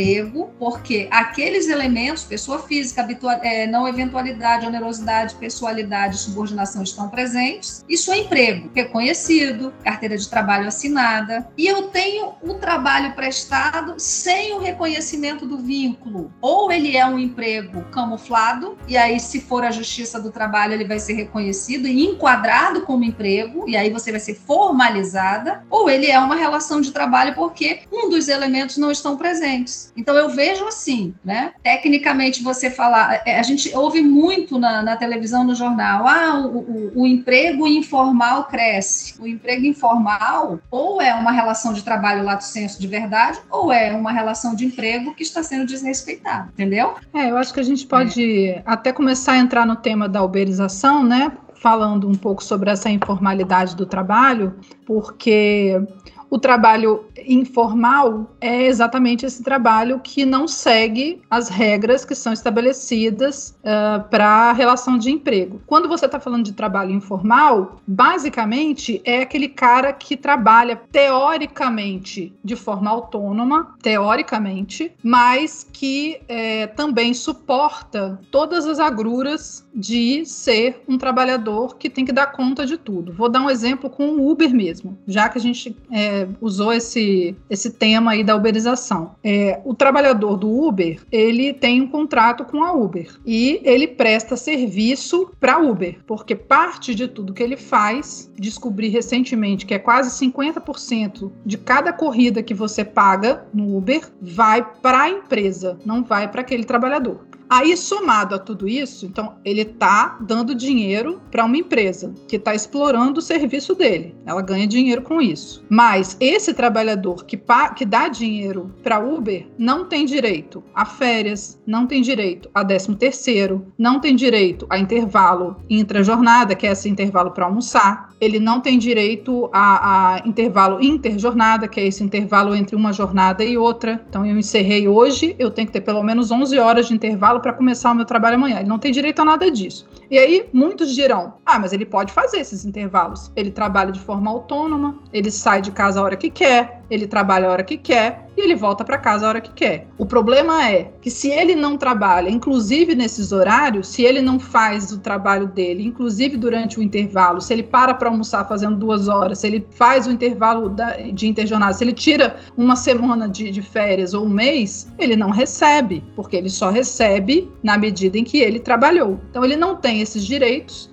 porque aqueles elementos, pessoa física, não eventualidade, onerosidade, pessoalidade, subordinação estão presentes. Isso é emprego, reconhecido, carteira de trabalho assinada. E eu tenho o trabalho prestado sem o reconhecimento do vínculo. Ou ele é um emprego camuflado, e aí, se for a Justiça do Trabalho, ele vai ser reconhecido e enquadrado como emprego, e aí você vai ser formalizada, ou ele é uma relação de trabalho porque um dos elementos não estão presentes. Então, eu vejo assim, né? Tecnicamente, você falar... A gente ouve muito na televisão, no jornal, o emprego informal cresce. O emprego informal ou é uma relação de trabalho lato sensu de verdade, ou é uma relação de emprego que está sendo desrespeitada, entendeu? Eu acho que a gente pode até começar a entrar no tema da uberização, né? Falando um pouco sobre essa informalidade do trabalho, porque o trabalho informal é exatamente esse trabalho que não segue as regras que são estabelecidas para a relação de emprego. Quando você está falando de trabalho informal, basicamente é aquele cara que trabalha teoricamente de forma autônoma, mas que também suporta todas as agruras de ser um trabalhador que tem que dar conta de tudo. Vou dar um exemplo com o Uber mesmo, já que a gente usou esse tema aí da uberização. O trabalhador do Uber, ele tem um contrato com a Uber e ele presta serviço para a Uber, porque parte de tudo que ele faz, descobri recentemente que é quase 50% de cada corrida que você paga no Uber vai para a empresa, não vai para aquele trabalhador. Aí, somado a tudo isso, então, ele está dando dinheiro para uma empresa que está explorando o serviço dele. Ela ganha dinheiro com isso. Mas esse trabalhador que dá dinheiro para Uber não tem direito a férias, não tem direito a 13º, não tem direito a intervalo intra-jornada, que é esse intervalo para almoçar. Ele não tem direito a intervalo interjornada, que é esse intervalo entre uma jornada e outra. Então, eu encerrei hoje, eu tenho que ter pelo menos 11 horas de intervalo para começar o meu trabalho amanhã. Ele não tem direito a nada disso. E aí, muitos dirão, mas ele pode fazer esses intervalos. Ele trabalha de forma autônoma, ele sai de casa a hora que quer, ele trabalha a hora que quer e ele volta para casa a hora que quer. O problema é que se ele não trabalha, inclusive nesses horários, se ele não faz o trabalho dele, inclusive durante o intervalo, se ele para almoçar fazendo 2 horas, se ele faz o intervalo de interjornada, se ele tira uma semana de férias ou um mês, ele não recebe, porque ele só recebe na medida em que ele trabalhou. Então ele não tem esses direitos, ele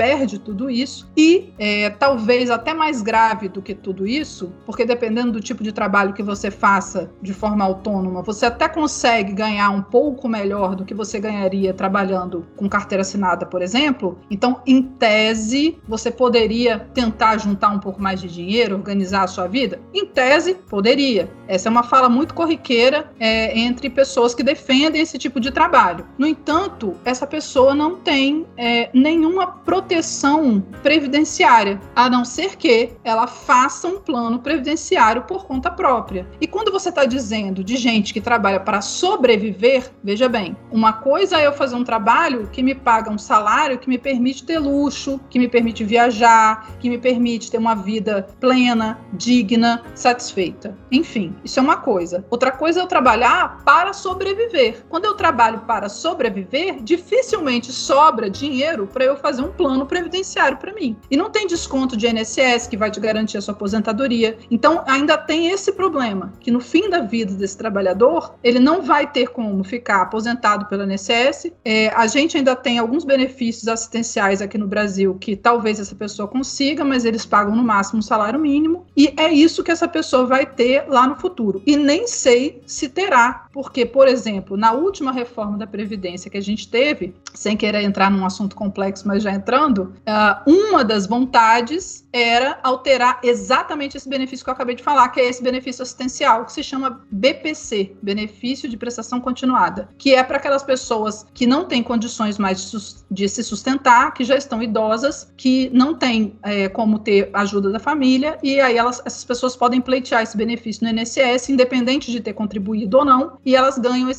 perde tudo isso e talvez até mais grave do que tudo isso, porque dependendo do tipo de trabalho que você faça de forma autônoma, você até consegue ganhar um pouco melhor do que você ganharia trabalhando com carteira assinada, por exemplo. Então, em tese, você poderia tentar juntar um pouco mais de dinheiro, organizar a sua vida? Em tese, poderia. Essa é uma fala muito corriqueira entre pessoas que defendem esse tipo de trabalho. No entanto, essa pessoa não tem nenhuma proteção previdenciária, a não ser que ela faça um plano previdenciário por conta própria. E quando você está dizendo de gente que trabalha para sobreviver, veja bem, uma coisa é eu fazer um trabalho que me paga um salário que me permite ter luxo, que me permite viajar, que me permite ter uma vida plena, digna, satisfeita. Enfim, isso é uma coisa. Outra coisa é eu trabalhar para sobreviver. Quando eu trabalho para sobreviver, dificilmente sobra dinheiro para eu fazer um plano previdenciário para mim. E não tem desconto de INSS que vai te garantir a sua aposentadoria. Então, ainda tem esse problema, que no fim da vida desse trabalhador, ele não vai ter como ficar aposentado pelo INSS. A gente ainda tem alguns benefícios assistenciais aqui no Brasil que talvez essa pessoa consiga, mas eles pagam no máximo um salário mínimo. E é isso que essa pessoa vai ter lá no futuro. E nem sei se terá, porque, por exemplo, na última reforma da Previdência que a gente teve, sem querer entrar num assunto complexo, mas já entrando, uma das vontades era alterar exatamente esse benefício que eu acabei de falar, que é esse benefício assistencial, que se chama BPC, Benefício de Prestação Continuada, que é para aquelas pessoas que não têm condições mais de se sustentar, que já estão idosas, que não têm como ter ajuda da família, e aí essas pessoas podem pleitear esse benefício no INSS, independente de ter contribuído ou não, e elas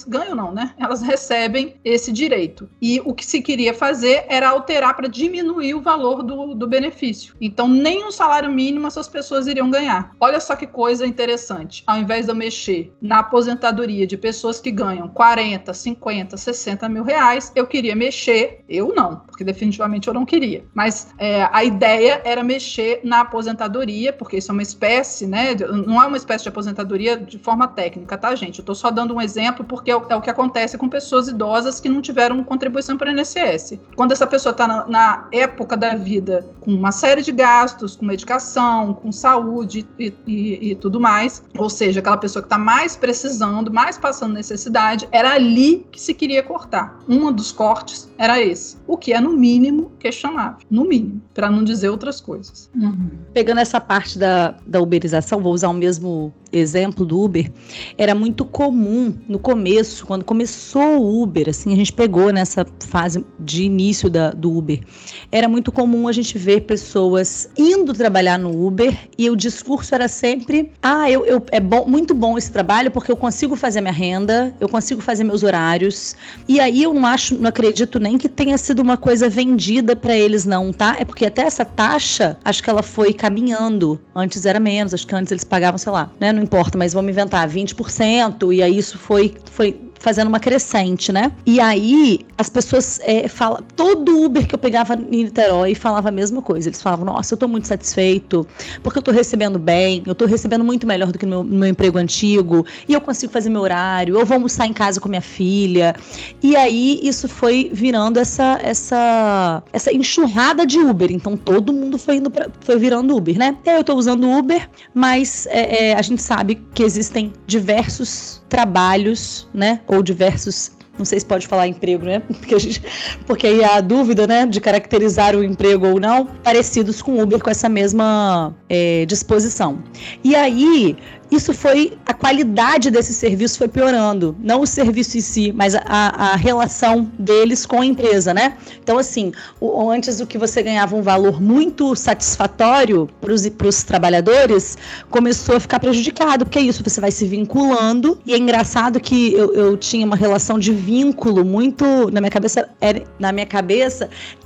elas recebem esse direito. E o que se queria fazer era alterar para diminuir o valor do benefício. Então, nem um salário mínimo essas pessoas iriam ganhar. Olha só que coisa interessante. Ao invés de eu mexer na aposentadoria de pessoas que ganham 40, 50, 60 mil reais, eu queria mexer, eu não, porque definitivamente eu não queria. Mas a ideia era mexer na aposentadoria, porque isso é uma espécie, né? Não é uma espécie de aposentadoria de forma técnica, tá, gente? Eu tô só dando um exemplo porque é o que acontece com pessoas idosas que não tiveram contribuição para o INSS. Quando essa pessoa está na época da vida com uma série de gastos, com medicação, com saúde e tudo mais, ou seja, aquela pessoa que está mais precisando, mais passando necessidade, era ali que se queria cortar. Um dos cortes era esse, o que é no mínimo questionável, no mínimo, para não dizer outras coisas. Pegando essa parte da uberização, vou usar o mesmo exemplo do Uber, era muito comum no começo, quando começou o Uber, assim, a gente pegou nessa fase de início do Uber, era muito comum a gente ver pessoas indo trabalhar no Uber e o discurso era sempre, muito bom esse trabalho porque eu consigo fazer minha renda, eu consigo fazer meus horários, e aí eu não acredito nem que tenha sido uma coisa vendida para eles não, tá? É porque até essa taxa, acho que ela foi caminhando, antes era menos, acho que antes eles pagavam, sei lá, né? Não importa, mas vamos inventar 20%, e aí isso foi fazendo uma crescente, né? E aí, as pessoas falam, todo Uber que eu pegava em Niterói falava a mesma coisa. Eles falavam, nossa, eu tô muito satisfeito, porque eu tô recebendo bem, eu tô recebendo muito melhor do que no meu emprego antigo, e eu consigo fazer meu horário, eu vou almoçar em casa com minha filha. E aí, isso foi virando essa enxurrada de Uber. Então, todo mundo foi virando Uber, né? Eu tô usando Uber, mas a gente sabe que existem diversos trabalhos, né? Ou diversos, não sei se pode falar emprego, né? Porque aí há a dúvida, né? De caracterizar o emprego ou não, parecidos com o Uber, com essa mesma disposição. E aí, a qualidade desse serviço foi piorando. Não o serviço em si, mas a relação deles com a empresa, né? Então, assim, antes o que você ganhava um valor muito satisfatório para os trabalhadores, começou a ficar prejudicado, porque é isso, você vai se vinculando, e é engraçado que eu tinha uma relação de vínculo muito, na minha cabeça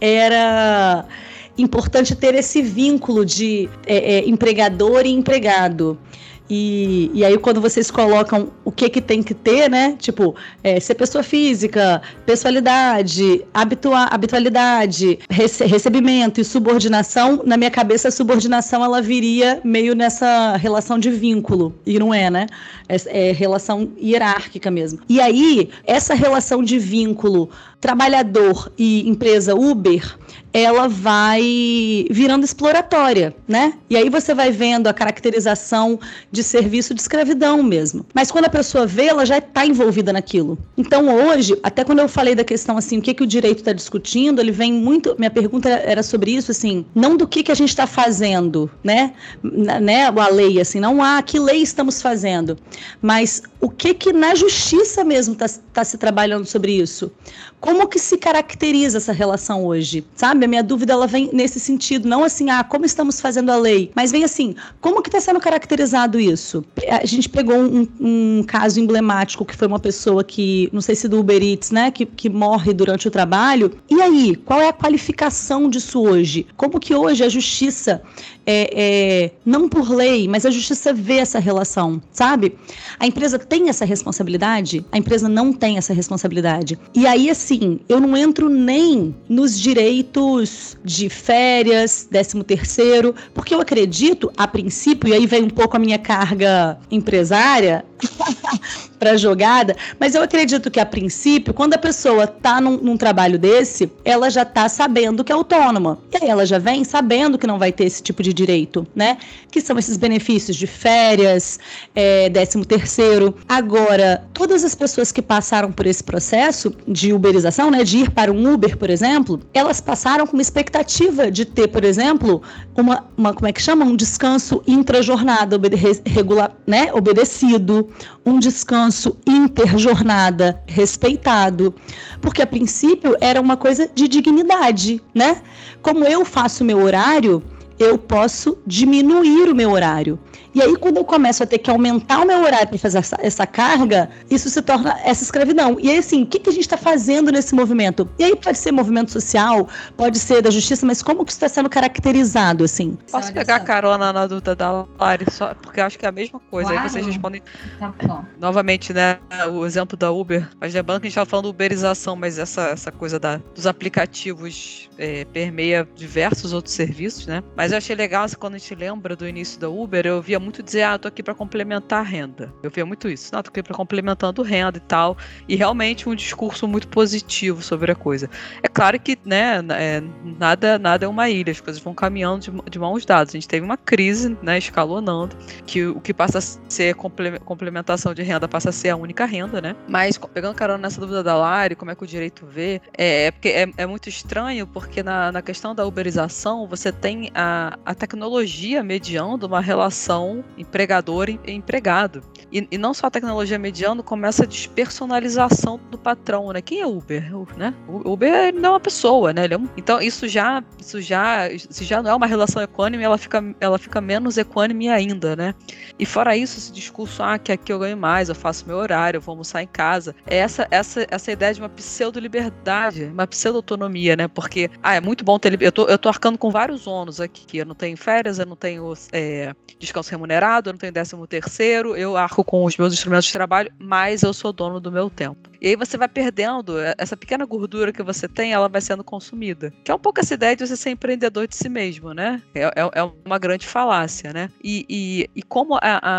era importante ter esse vínculo de empregador e empregado. E aí quando vocês colocam o que tem que ter, né? Tipo, ser pessoa física, pessoalidade, habitualidade, recebimento e subordinação, na minha cabeça a subordinação ela viria meio nessa relação de vínculo, e não é, né? É relação hierárquica mesmo. E aí, essa relação de vínculo trabalhador e empresa Uber, ela vai virando exploratória, né? E aí você vai vendo a caracterização de serviço de escravidão mesmo. Mas quando a pessoa vê, ela já está envolvida naquilo. Então hoje, até quando eu falei da questão assim, o que o direito está discutindo, ele vem muito... Minha pergunta era sobre isso, assim, não do que a gente está fazendo, né? A lei, assim, não que lei estamos fazendo, mas o que na justiça mesmo está se trabalhando sobre isso. Como que se caracteriza essa relação hoje, sabe? A minha dúvida, ela vem nesse sentido, não assim, como estamos fazendo a lei, mas vem assim, como que está sendo caracterizado isso? A gente pegou um caso emblemático, que foi uma pessoa que, não sei se do Uber Eats, né, que morre durante o trabalho, e aí, qual é a qualificação disso hoje? Como que hoje a justiça, não por lei, mas a justiça vê essa relação, sabe? A empresa tem essa responsabilidade? A empresa não tem essa responsabilidade. E aí, assim, eu não entro nem nos direitos de férias, 13º, porque eu acredito, a princípio, e aí vem um pouco a minha carga empresária para a jogada, mas eu acredito que, a princípio, quando a pessoa está num trabalho desse, ela já está sabendo que é autônoma. E aí ela já vem sabendo que não vai ter esse tipo de direito, né? Que são esses benefícios de férias, 13º. Agora, todas as pessoas que passaram por esse processo de uberização, né, de ir para um Uber, por exemplo, elas passaram com uma expectativa de ter, por exemplo, como é que chama? Um descanso intrajornada obedecido, um descanso interjornada respeitado, porque a princípio era uma coisa de dignidade, né? Como eu faço meu horário, eu posso diminuir o meu horário. E aí, quando eu começo a ter que aumentar o meu horário para fazer essa carga, isso se torna essa escravidão. E aí, assim, o que a gente está fazendo nesse movimento? E aí pode ser movimento social, pode ser da justiça, mas como que isso está sendo caracterizado, assim? Posso pegar carona na dúvida da Lari, só porque eu acho que é a mesma coisa. Claro. Aí vocês respondem novamente, né, o exemplo da Uber. Mas lembrando que a gente estava falando de uberização, mas essa coisa dos aplicativos permeia diversos outros serviços, né? Mas eu achei legal, assim, quando a gente lembra do início da Uber, eu via muito dizer, tô aqui para complementar a renda. Eu via muito isso. Tô aqui para complementando renda e tal. E realmente um discurso muito positivo sobre a coisa. É claro que, né, nada é uma ilha, as coisas vão caminhando de mãos dadas. A gente teve uma crise, né, escalonando, que o que passa a ser complementação de renda passa a ser a única renda, né? Mas, pegando carona nessa dúvida da Lari, como é que o direito vê, porque é muito estranho, porque na questão da uberização, você tem a tecnologia mediando uma relação empregador e empregado. E não só a tecnologia mediando, começa a despersonalização do patrão, né? Quem é Uber? Né? O Uber não é uma pessoa, né? Então isso já não é uma relação equânime, ela fica menos equânime ainda, né? E fora isso, esse discurso, que aqui eu ganho mais, eu faço meu horário, eu vou almoçar em casa. É essa ideia de uma pseudo-liberdade, uma pseudo-autonomia, né? Porque, é muito bom ter... Eu tô arcando com vários ônus aqui. Eu não tenho férias, eu não tenho descanso remunerado, eu não tenho 13º, eu arco com os meus instrumentos de trabalho, mas eu sou dono do meu tempo. E aí você vai perdendo, essa pequena gordura que você tem, ela vai sendo consumida. Que é um pouco essa ideia de você ser empreendedor de si mesmo, né? É uma grande falácia, né? E como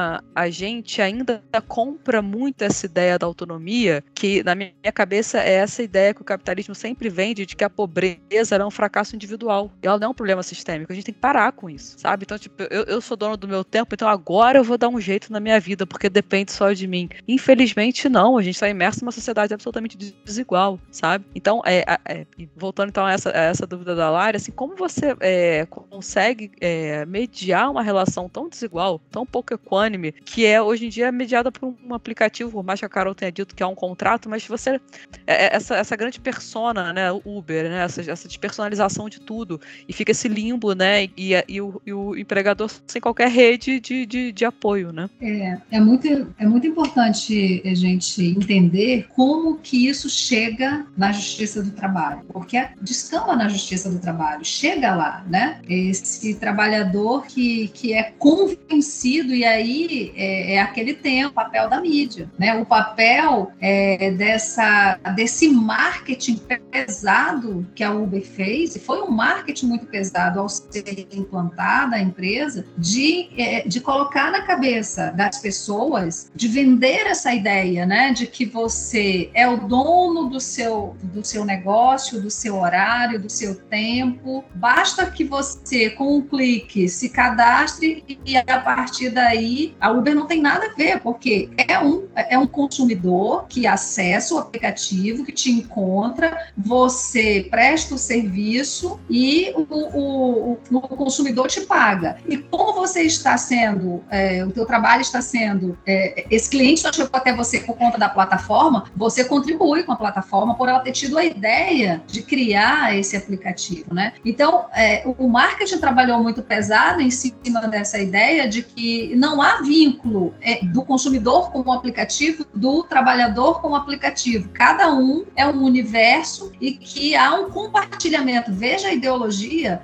a gente ainda compra muito essa ideia da autonomia, que na minha cabeça é essa ideia que o capitalismo sempre vende, de que a pobreza é um fracasso individual. E ela não é um problema sistêmico, a gente tem que parar com isso, sabe? Então, tipo, eu sou dono do meu tempo, então agora eu vou dar um jeito na minha vida, porque depende só de mim. Infelizmente, não. A gente está imerso numa sociedade absolutamente desigual, sabe? Então, voltando então a essa dúvida da Lari, assim, como você consegue mediar uma relação tão desigual, tão pouco equânime, que hoje em dia é mediada por um aplicativo, por mais que a Carol tenha dito que é um contrato, mas você... essa grande persona, né, o Uber, né, essa despersonalização de tudo, e fica esse limbo, né, e o empregador sem qualquer rede de apoio, né? É muito importante a gente entender como que isso chega na Justiça do Trabalho, porque descamba na Justiça do Trabalho, chega lá, né? Esse trabalhador que é convencido, e aí é aquele tempo, o papel da mídia, né? O papel desse marketing pesado que a Uber fez, e foi um marketing muito pesado ao ser implantada a empresa, de de colocar na cabeça das pessoas, de vender essa ideia, né, de que você é o dono do seu negócio, do seu horário, do seu tempo. Basta que você, com um clique, se cadastre e a partir daí a Uber não tem nada a ver, porque é um consumidor que acessa o aplicativo, que te encontra, você presta o serviço e o consumidor te paga. E como você está sendo, o teu trabalho está sendo, esse cliente só chegou até você por conta da plataforma, você contribui com a plataforma por ela ter tido a ideia de criar esse aplicativo, né? Então, o marketing trabalhou muito pesado em cima dessa ideia de que não há vínculo do consumidor com o aplicativo, do trabalhador com o aplicativo. Cada um é um universo e que há um compartilhamento. Veja a ideologia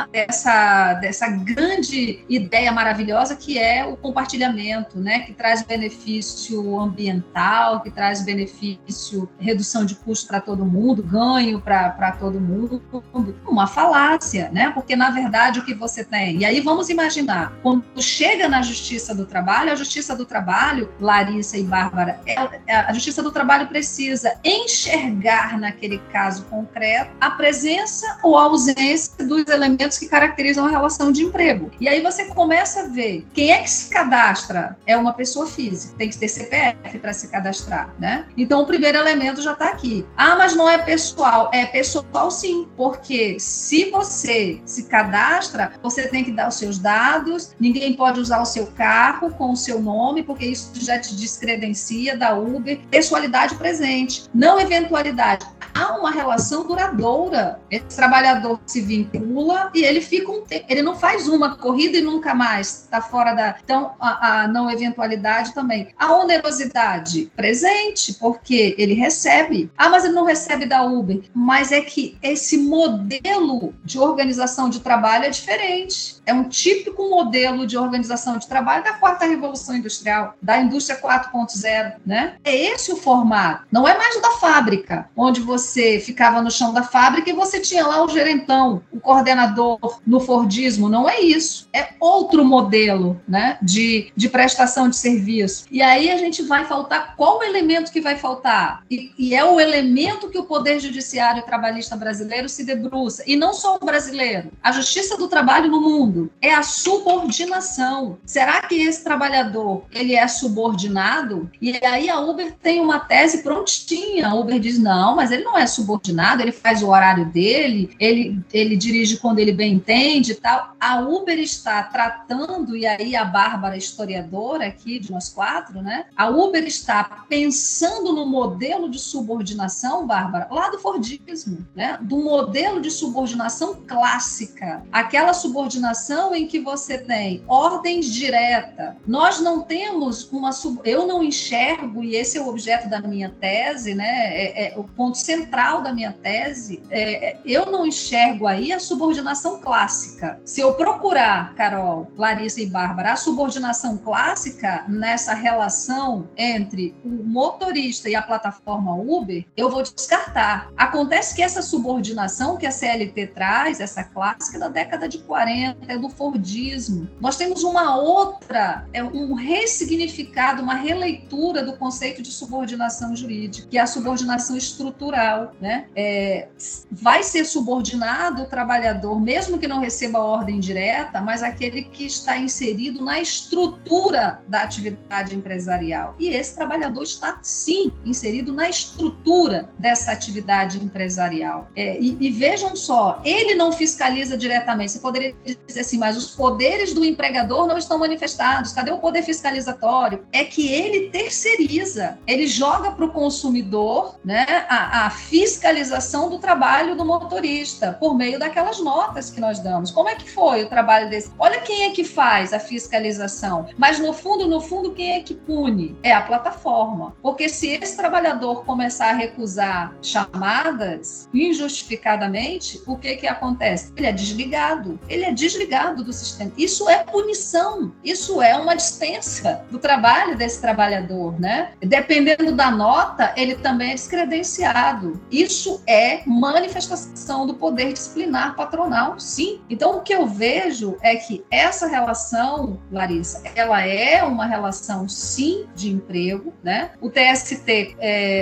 dessa grande ideia maravilhosa que é o compartilhamento, né? Que traz benefício ambiental, que traz benefício, redução de custo para todo mundo, ganho para todo mundo. Uma falácia, né? Porque, na verdade, o que você tem... E aí vamos imaginar, quando chega na Justiça do Trabalho, a Justiça do Trabalho, Larissa e Bárbara, a Justiça do Trabalho precisa enxergar naquele caso concreto a presença ou a ausência dos elementos que caracterizam a relação de emprego. E aí você começa a ver quem é que se cadastra. É uma pessoa física, tem que ter CPF para se cadastrar, né? Então o primeiro elemento já está aqui. Ah, mas não é pessoal. É pessoal sim, porque se você se cadastra, você tem que dar os seus dados, ninguém pode usar o seu carro com o seu nome, porque isso já te descredencia da Uber. Pessoalidade presente, não eventualidade. Há uma relação duradoura. Esse trabalhador se vincula e ele fica um tempo. Ele não faz uma corrida e nunca mais está fora da... Então, a não eventualidade também. A onerosidade presente, porque ele recebe. Ah, mas ele não recebe da Uber. Mas é que esse modelo de organização de trabalho é diferente. É um típico modelo de organização de trabalho da quarta revolução industrial, da indústria 4.0, né? É esse o formato. Não é mais o da fábrica, onde você ficava no chão da fábrica e você tinha lá o gerentão, o coordenador no Fordismo. Não é isso. É outro modelo, né, de prestação de serviço. E aí a gente vai faltar... Qual o elemento que vai faltar? E é o elemento que o Poder Judiciário e Trabalhista brasileiro se debruça. E não só o brasileiro. A Justiça do Trabalho no mundo é a subordinação. Será que esse trabalhador, ele é subordinado? E aí a Uber tem uma tese prontinha. A Uber diz, não, mas ele não é subordinado, ele faz o horário dele, ele dirige quando ele bem entende e tal. A Uber está tratando, e aí a Bárbara, historiadora aqui de nós quatro, né? A Uber está pensando no modelo de subordinação, Bárbara, lá do Fordismo, né? Do modelo de subordinação clássica. Aquela subordinação em que você tem ordens diretas. Nós não temos eu não enxergo, e esse é o objeto da minha tese, né? O ponto central da minha tese, eu não enxergo aí a subordinação clássica. Se eu procurar, Carol, Larissa e Bárbara, a subordinação clássica nessa relação entre o motorista e a plataforma Uber, eu vou descartar. Acontece que essa subordinação que a CLT traz, essa clássica da década de 40, é do Fordismo. Nós temos uma outra, um ressignificado, uma releitura do conceito de subordinação jurídica, que é a subordinação estrutural, né? Vai ser subordinado o trabalhador, mesmo que não receba a ordem direta, mas aquele que está inserido na estrutura da atividade empresarial. E esse trabalhador está, sim, inserido na estrutura dessa atividade empresarial. E vejam só, ele não fiscaliza diretamente. Você poderia dizer assim, mas os poderes do empregador não estão manifestados. Cadê o poder fiscalizatório? É que ele terceiriza, ele joga para o consumidor, né, a fiscalização do trabalho do motorista, por meio daquelas notas que nós damos. Como é que foi o trabalho desse? Olha quem é que faz a fiscalização. Mas, no fundo, quem é que pune? É a plataforma. Porque se esse trabalhador começar a recusar chamadas injustificadamente, o que acontece? Ele é desligado. Ele é desligado do sistema. Isso é punição. Isso é uma dispensa do trabalho desse trabalhador, né? Dependendo da nota, ele também é descredenciado. Claro, isso é manifestação do poder disciplinar patronal, sim. Então, o que eu vejo é que essa relação, Larissa, ela é uma relação, sim, de emprego, né? O TST,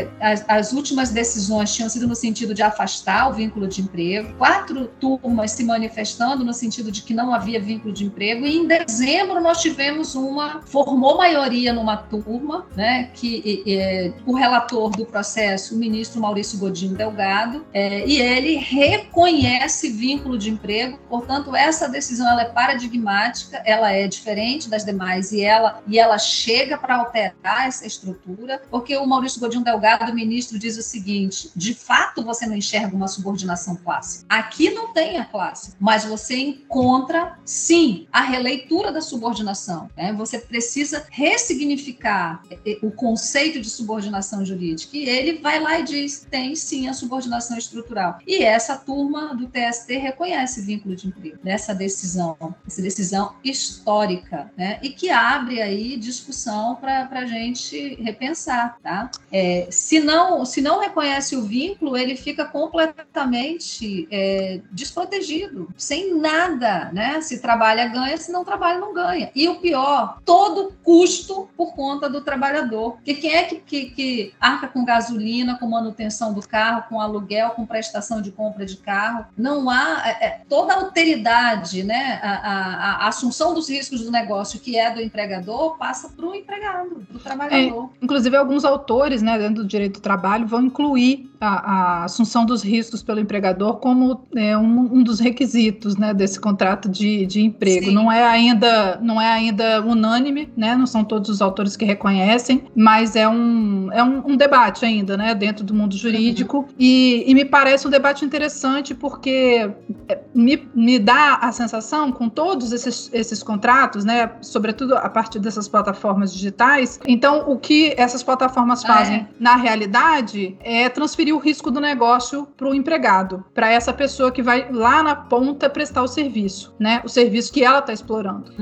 as últimas decisões tinham sido no sentido de afastar o vínculo de emprego, 4 turmas se manifestando no sentido de que não havia vínculo de emprego, e em dezembro nós tivemos formou maioria numa turma, né, que o relator do processo, o ministro Maurício Godinho Delgado, e ele reconhece vínculo de emprego, portanto, essa decisão ela é paradigmática, ela é diferente das demais, e ela chega para alterar essa estrutura, porque o Maurício Godinho Delgado, o ministro, diz o seguinte: de fato você não enxerga uma subordinação clássica. Aqui não tem a clássica, mas você encontra, sim, a releitura da subordinação. Né? Você precisa ressignificar o conceito de subordinação jurídica, e ele vai lá e diz, tem sim a subordinação estrutural. E essa turma do TST reconhece vínculo de emprego nessa decisão, essa decisão histórica, né? E que abre aí discussão para a gente repensar, tá? Se não reconhece o vínculo, ele fica completamente desprotegido, sem nada, né? Se trabalha, ganha, se não trabalha, não ganha. E o pior, todo custo por conta do trabalhador. Porque quem é que arca com gasolina, com manutenção do carro, com aluguel, com prestação de compra de carro? Não há toda a alteridade, né? A assunção dos riscos do negócio, que é do empregador, passa para o empregado, para o trabalhador. Inclusive, alguns autores, né, dentro do direito do trabalho, vão incluir a assunção dos riscos pelo empregador como um dos requisitos, né, desse contrato de emprego. Não é ainda unânime, né, não são todos os autores que reconhecem, mas é um debate ainda, né, dentro do mundo jurídico, e me parece um debate interessante porque me dá a sensação, com todos esses contratos, né, sobretudo a partir dessas plataformas digitais, então o que essas plataformas fazem na realidade é transferir o risco do negócio para o empregado, para essa pessoa que vai lá na ponta prestar o serviço, né, o serviço que ela está explorando.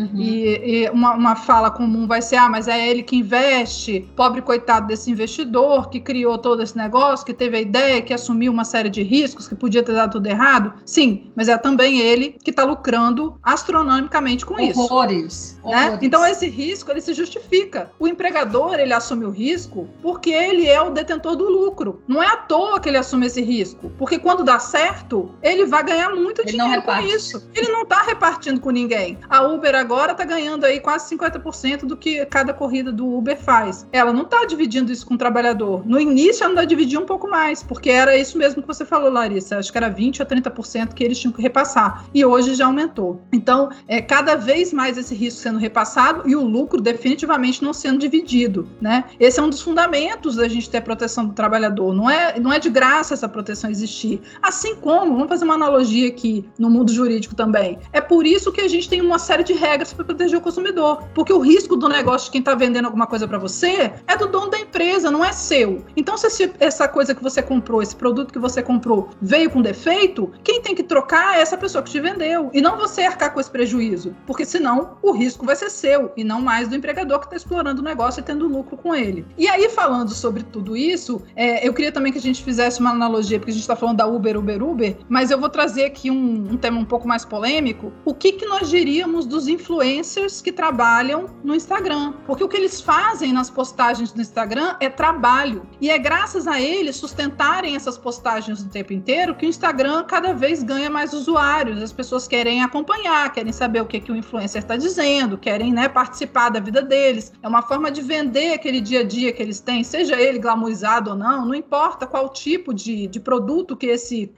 E uma fala comum vai ser, mas é ele que investe, pobre coitado desse investidor que criou todo esse negócio, que teve a ideia, que assumiu uma série de riscos, que podia ter dado tudo errado. Sim, mas é também ele que está lucrando astronomicamente com isso. Horrores. Né? Então esse risco, ele se justifica. O empregador, ele assume o risco porque ele é o detentor do lucro. Não é à toa que ele assume esse risco, porque quando dá certo, ele vai ganhar muito dinheiro com isso. Ele não está repartindo com ninguém. A Uber agora está ganhando aí quase 50% do que cada corrida do Uber faz. Ela não está dividindo isso com o trabalhador. No início, ela ainda dividia um pouco mais, porque era isso mesmo que você falou, Larissa. Acho que era 20% a 30% que eles tinham que repassar. E hoje já aumentou. Então, cada vez mais esse risco sendo repassado e o lucro definitivamente não sendo dividido, né? Esse é um dos fundamentos da gente ter a proteção do trabalhador. Não é de graça essa proteção existir. Assim como, vamos fazer uma analogia aqui no mundo jurídico também, é por isso que a gente tem uma série de regras para proteger o consumidor, porque o risco do negócio de quem está vendendo alguma coisa para você é do dono da empresa, não é seu. Então, se essa coisa que você comprou, esse produto que você comprou veio com defeito, quem tem que trocar é essa pessoa que te vendeu, e não você arcar com esse prejuízo, porque senão o risco vai ser seu, e não mais do empregador que está explorando o negócio e tendo lucro com ele. E aí, falando sobre tudo isso, eu queria também que a gente fizesse uma analogia, porque a gente está falando da Uber, mas eu vou trazer aqui um tema um pouco mais polêmico. O que nós diríamos dos influencers que trabalham no Instagram? Porque o que eles fazem nas postagens do Instagram é trabalho, e é graças a eles sustentarem essas postagens o tempo inteiro que o Instagram cada vez ganha mais usuários. As pessoas querem acompanhar, querem saber o que o influencer está dizendo, querem, né, participar da vida deles. É uma forma de vender aquele dia a dia que eles têm, seja ele glamourizado ou não importa qual tipo de produto que esse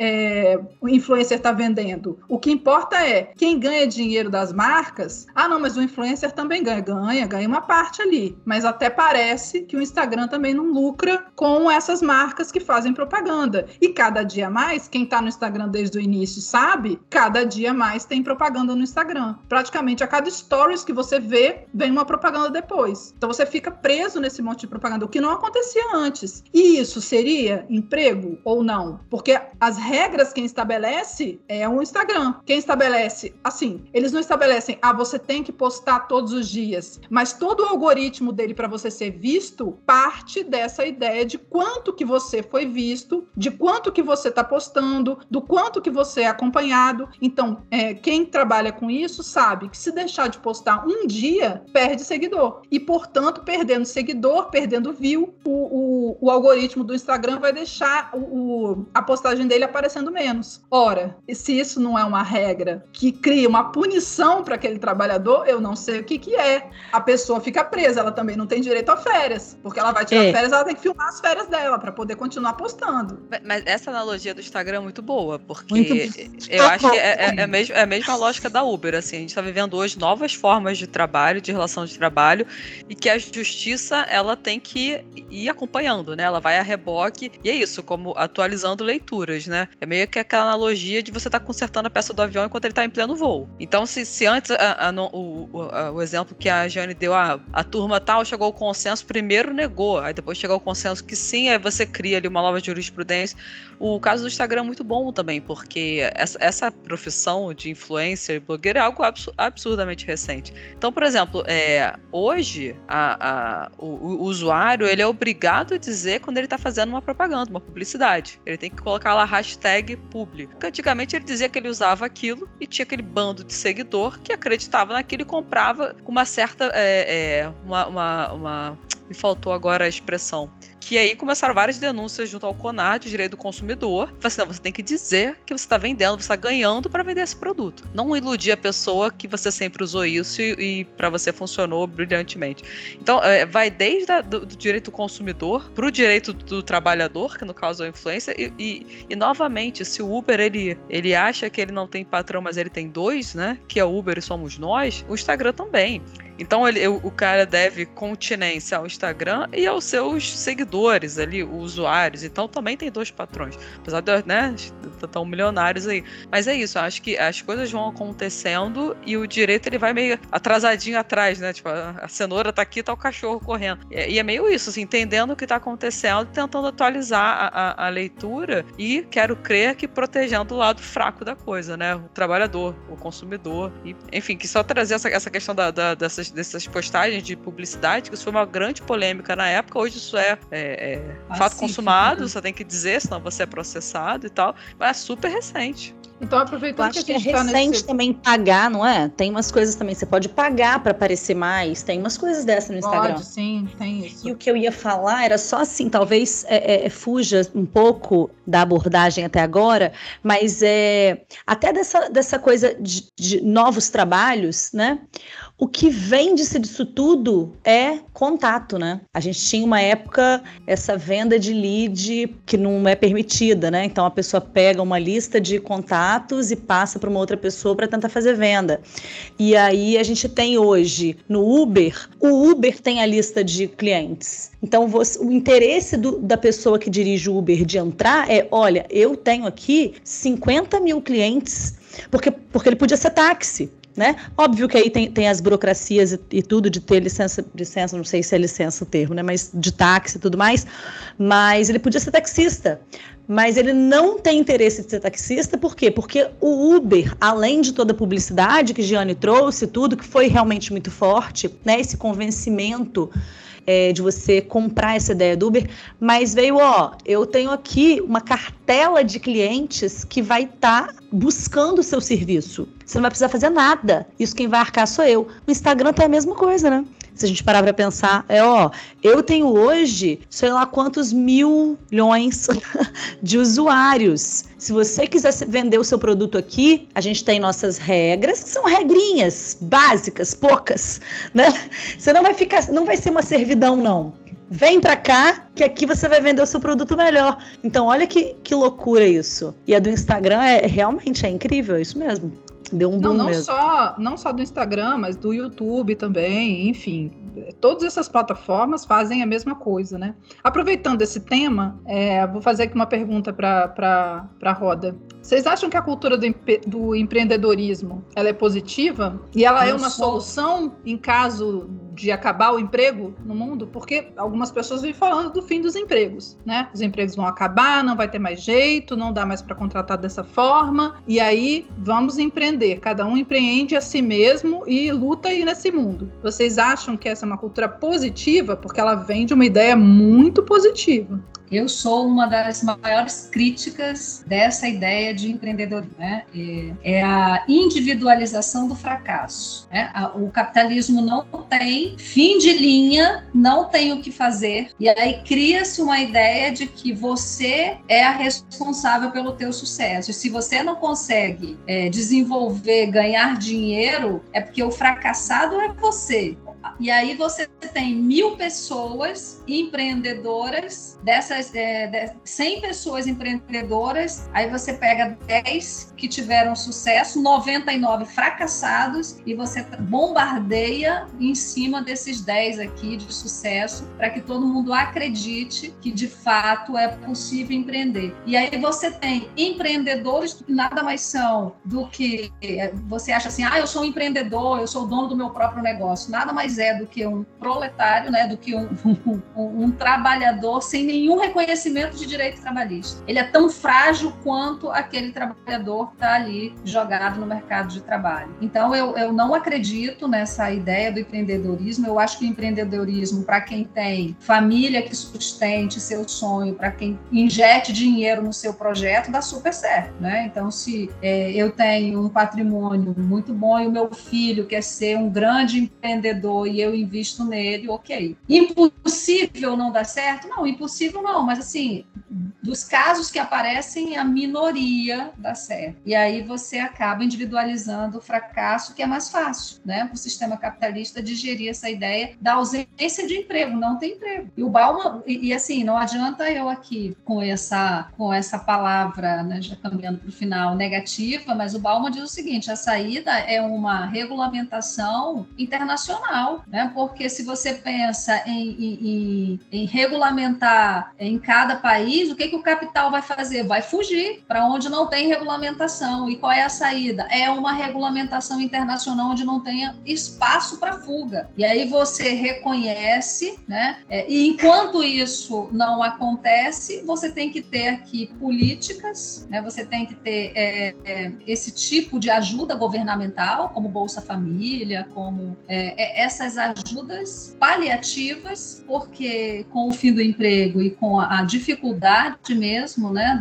o influencer está vendendo. O que importa é quem ganha dinheiro das marcas. Não, mas o influencer também ganha uma parte ali, mas até parece que o Instagram também não lucra com essas marcas que fazem propaganda. E cada dia mais, quem está no Instagram desde o início sabe, cada dia mais tem propaganda no Instagram. Praticamente a cada stories que você vê, vem uma propaganda depois. Então você fica preso nesse monte de propaganda, o que não acontecia antes. E isso seria seria emprego ou não? Porque as regras quem estabelece é o Instagram. Quem estabelece, assim, eles não estabelecem, você tem que postar todos os dias, mas todo o algoritmo dele para você ser visto parte dessa ideia de quanto que você foi visto, de quanto que você está postando, do quanto que você é acompanhado. Então, quem trabalha com isso sabe que se deixar de postar um dia, perde seguidor. E, portanto, perdendo seguidor, perdendo view, o algoritmo do Instagram vai deixar a postagem dele aparecendo menos. Ora, se isso não é uma regra que cria uma punição para aquele trabalhador, eu não sei o que é. A pessoa fica presa, ela também não tem direito a férias, porque ela vai tirar férias, ela tem que filmar as férias dela para poder continuar postando. Mas essa analogia do Instagram é muito boa, porque eu acho que é a mesma lógica da Uber, assim, a gente está vivendo hoje novas formas de trabalho, de relação de trabalho, e que a justiça, ela tem que ir acompanhando, né? Ela vai a reboque, e é isso, como atualizando leituras, né? É meio que aquela analogia de você estar consertando a peça do avião enquanto ele está em pleno voo. Então, se antes o exemplo que a Jane deu, a turma tal chegou ao consenso, primeiro negou, aí depois chegou ao consenso que sim, aí você cria ali uma nova jurisprudência. O caso do Instagram é muito bom também, porque essa profissão de influencer e blogueiro é algo absurdamente recente. Então, por exemplo, hoje o usuário, ele é obrigado a dizer quando ele está fazendo uma propaganda, uma publicidade. Ele tem que colocar lá hashtag publi. Porque antigamente ele dizia que ele usava aquilo e tinha aquele bando de seguidor que acreditava naquilo e comprava com uma certa... me faltou agora a expressão. Que aí começaram várias denúncias junto ao CONAR de direito do consumidor. Falaram assim, não, você tem que dizer que você está vendendo, você está ganhando para vender esse produto. Não iludir a pessoa que você sempre usou isso e para você funcionou brilhantemente. Então, vai desde do direito do consumidor para o direito do trabalhador, que no caso é a influência, e novamente, se o Uber ele acha que ele não tem patrão, mas ele tem dois, né? Que é o Uber e somos nós, o Instagram também. Então o cara deve continência ao Instagram e aos seus seguidores ali, os usuários. Então também tem dois patrões. Apesar de, né, tão milionários aí. Mas é isso, eu acho que as coisas vão acontecendo e o direito ele vai meio atrasadinho atrás, né? Tipo, a cenoura tá aqui, tá o cachorro correndo. E é meio isso, assim, entendendo o que tá acontecendo, tentando atualizar a leitura e quero crer que protegendo o lado fraco da coisa, né? O trabalhador, o consumidor. E, enfim, que só trazer essa questão dessas postagens de publicidade, que isso foi uma grande polêmica na época, hoje isso é fato consumado, você tem que dizer, senão você é processado e tal, mas é super recente. Então, aproveitando que a gente tá recente também pagar, não é? Tem umas coisas também, você pode pagar para aparecer mais, tem umas coisas dessas no Instagram. Pode, sim, tem isso. E o que eu ia falar era só assim, talvez fuja um pouco da abordagem até agora, mas até dessa coisa de novos trabalhos, né? O que vende-se disso tudo é contato, né? A gente tinha uma época essa venda de lead que não é permitida, né? Então a pessoa pega uma lista de contatos e passa para uma outra pessoa para tentar fazer venda. E aí a gente tem hoje no Uber, o Uber tem a lista de clientes. Então o interesse da pessoa que dirige o Uber de entrar olha, eu tenho aqui 50 mil clientes, porque ele podia ser táxi. Né? Óbvio que aí tem as burocracias e tudo de ter licença, não sei se é licença o termo, né? Mas de táxi e tudo mais, mas ele podia ser taxista, mas ele não tem interesse de ser taxista, por quê? Porque o Uber, além de toda a publicidade que Giane trouxe, tudo que foi realmente muito forte, né? Esse convencimento de você comprar essa ideia do Uber, mas veio, eu tenho aqui uma cartela de clientes que vai estar buscando o seu serviço. Você não vai precisar fazer nada. Isso quem vai arcar sou eu. O Instagram tá a mesma coisa, né? Se a gente parar para pensar, eu tenho hoje, sei lá quantos milhões de usuários. Se você quiser vender o seu produto aqui, a gente tem nossas regras, que são regrinhas básicas, poucas, né? Você não vai ser uma servidão, não. Vem pra cá, que aqui você vai vender o seu produto melhor. Então, olha que loucura isso. E a do Instagram realmente é incrível, é isso mesmo. Deu um boom mesmo. Não só do Instagram, mas do YouTube também, enfim. Todas essas plataformas fazem a mesma coisa, né? Aproveitando esse tema, vou fazer aqui uma pergunta para a roda. Vocês acham que a cultura do empreendedorismo ela é positiva? E ela é uma solução em caso de acabar o emprego no mundo? Porque algumas pessoas vêm falando do fim dos empregos, né? Os empregos vão acabar, não vai ter mais jeito, não dá mais para contratar dessa forma, e aí vamos empreender. Cada um empreende a si mesmo e luta aí nesse mundo. Vocês acham que essa é uma cultura positiva? Porque ela vem de uma ideia muito positiva. Eu sou uma das maiores críticas dessa ideia de empreendedorismo, né? É a individualização do fracasso, né? O capitalismo não tem fim de linha, não tem o que fazer, e aí cria-se uma ideia de que você é a responsável pelo teu sucesso. E se você não consegue desenvolver, ganhar dinheiro, é porque o fracassado é você. E aí você tem 1.000 pessoas empreendedoras, dessas 100 pessoas empreendedoras, aí você pega 10 que tiveram sucesso, 99 fracassados, e você bombardeia em cima desses 10 aqui de sucesso, para que todo mundo acredite que de fato é possível empreender. E aí você tem empreendedores que nada mais são do que você acha assim, eu sou um empreendedor, eu sou o dono do meu próprio negócio. Nada mais é do que um proletário, né, do que um trabalhador sem nenhum reconhecimento de direito trabalhista. Ele é tão frágil quanto aquele trabalhador que está ali jogado no mercado de trabalho. Então, eu não acredito nessa ideia do empreendedorismo. Eu acho que o empreendedorismo, para quem tem família que sustente seu sonho, para quem injete dinheiro no seu projeto, dá super certo, né? Então, se eu tenho um patrimônio muito bom e o meu filho quer ser um grande empreendedor e eu invisto nele, ok. Impossível não dar certo? Não, impossível não, mas assim, dos casos que aparecem, a minoria dá certo. E aí você acaba individualizando o fracasso, que é mais fácil, né, para o sistema capitalista digerir essa ideia da ausência de emprego, não tem emprego. E o Bauman, e assim, não adianta eu aqui com essa palavra, né, já caminhando para o final, negativa, mas o Bauman diz o seguinte, a saída é uma regulamentação internacional, né? Porque se você pensa em regulamentar em cada país, o que o capital vai fazer? Vai fugir para onde não tem regulamentação. E qual é a saída? É uma regulamentação internacional onde não tenha espaço para fuga. E aí você reconhece, né? E enquanto isso não acontece, você tem que ter aqui políticas, né? Você tem que ter esse tipo de ajuda governamental, como Bolsa Família, como essas ajudas paliativas, porque com o fim do emprego e com a dificuldade mesmo, né,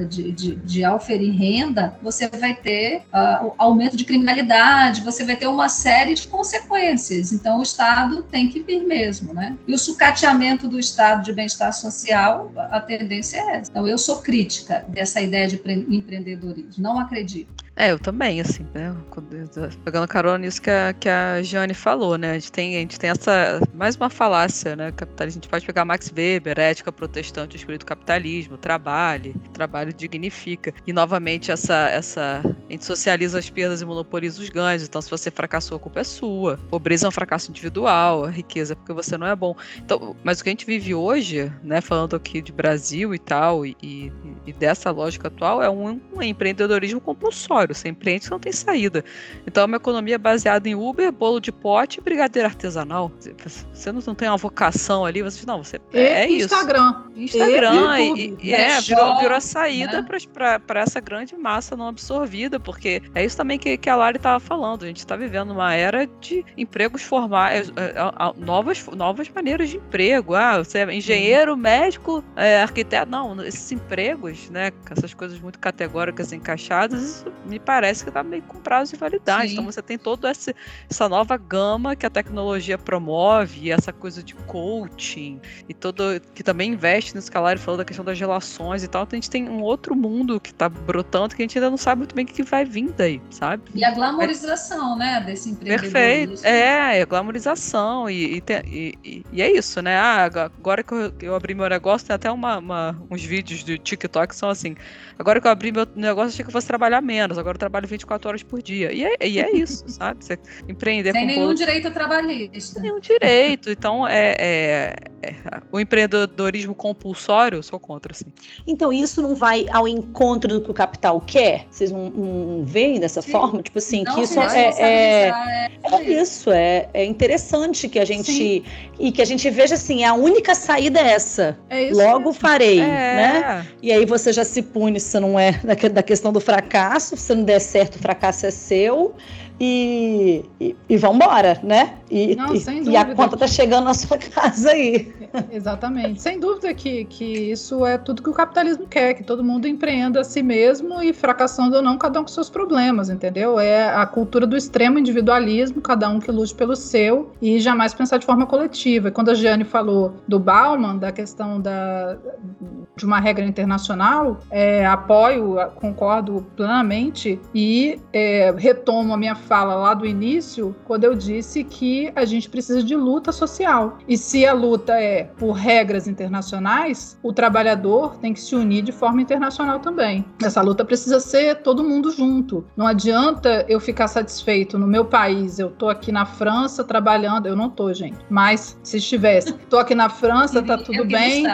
de auferir renda, você vai ter aumento de criminalidade, você vai ter uma série de consequências. Então, o Estado tem que vir mesmo, né? E o sucateamento do Estado de bem-estar social, a tendência é essa. Então, eu sou crítica dessa ideia de empreendedorismo, não acredito. Eu também, assim, né? Pegando carona nisso que a Jane falou, né? A gente tem essa, mais uma falácia, né? Capitalismo, a gente pode pegar Max Weber, ética protestante, o espírito do capitalismo, trabalho dignifica. E, novamente, a gente socializa as perdas e monopoliza os ganhos. Então, se você fracassou, a culpa é sua. Pobreza é um fracasso individual, a riqueza é porque você não é bom. Então, mas o que a gente vive hoje, né? Falando aqui de Brasil e tal, e dessa lógica atual, é um empreendedorismo compulsório. Você empreende, você não tem saída. Então é uma economia baseada em Uber, bolo de pote e brigadeiro artesanal. Você não tem uma vocação ali, você é isso. Instagram virou a saída, né, para essa grande massa não absorvida, porque é isso também que a Lari estava falando. A gente está vivendo uma era de empregos formais, novas maneiras de emprego. Você é engenheiro, médico, arquiteto. Não, esses empregos, né, com essas coisas muito categóricas encaixadas, isso me parece que está meio com prazo de validade. Sim. Então você tem toda essa nova gama que a tecnologia promove, e essa coisa de coaching, e que também investe nisso que a Lari falou da questão das relações e tal. Então a gente tem um outro mundo que está brotando que a gente ainda não sabe muito bem o que vai vir daí, sabe? E a glamorização, né, desse empreendedorismo. Perfeito. A glamorizazação e é isso, né? Agora que eu abri meu negócio, tem até uns vídeos do TikTok que são assim, agora que eu abri meu negócio, achei que eu fosse trabalhar menos, agora eu trabalho 24 horas por dia. E é isso, sabe? Você empreender sem nenhum direito trabalhista. Sem nenhum direito. Então, o empreendedorismo compulsório, eu sou contra, assim. Então, isso não vai ao encontro do que o capital quer? Vocês não veem dessa forma? Tipo assim, Não que isso é interessante que a gente... Sim. E que a gente veja assim, a única saída é essa. Logo farei, né? E aí você já se pune se não é da questão do fracasso, se não der certo, o fracasso é seu. E vambora, né? E a conta tá chegando na sua casa aí. Exatamente. Sem dúvida que isso é tudo que o capitalismo quer, que todo mundo empreenda a si mesmo e, fracassando ou não, cada um com seus problemas, entendeu? É a cultura do extremo individualismo, cada um que lute pelo seu e jamais pensar de forma coletiva. E quando a Jeane falou do Bauman, da questão de uma regra internacional, apoio, concordo plenamente e retomo a minha fala lá do início, quando eu disse que a gente precisa de luta social. E se a luta é por regras internacionais, o trabalhador tem que se unir de forma internacional também. Essa luta precisa ser todo mundo junto. Não adianta eu ficar satisfeito no meu país. Eu tô aqui na França trabalhando. Eu não tô, gente. Mas, se estivesse, tô aqui na França, tá tudo bem.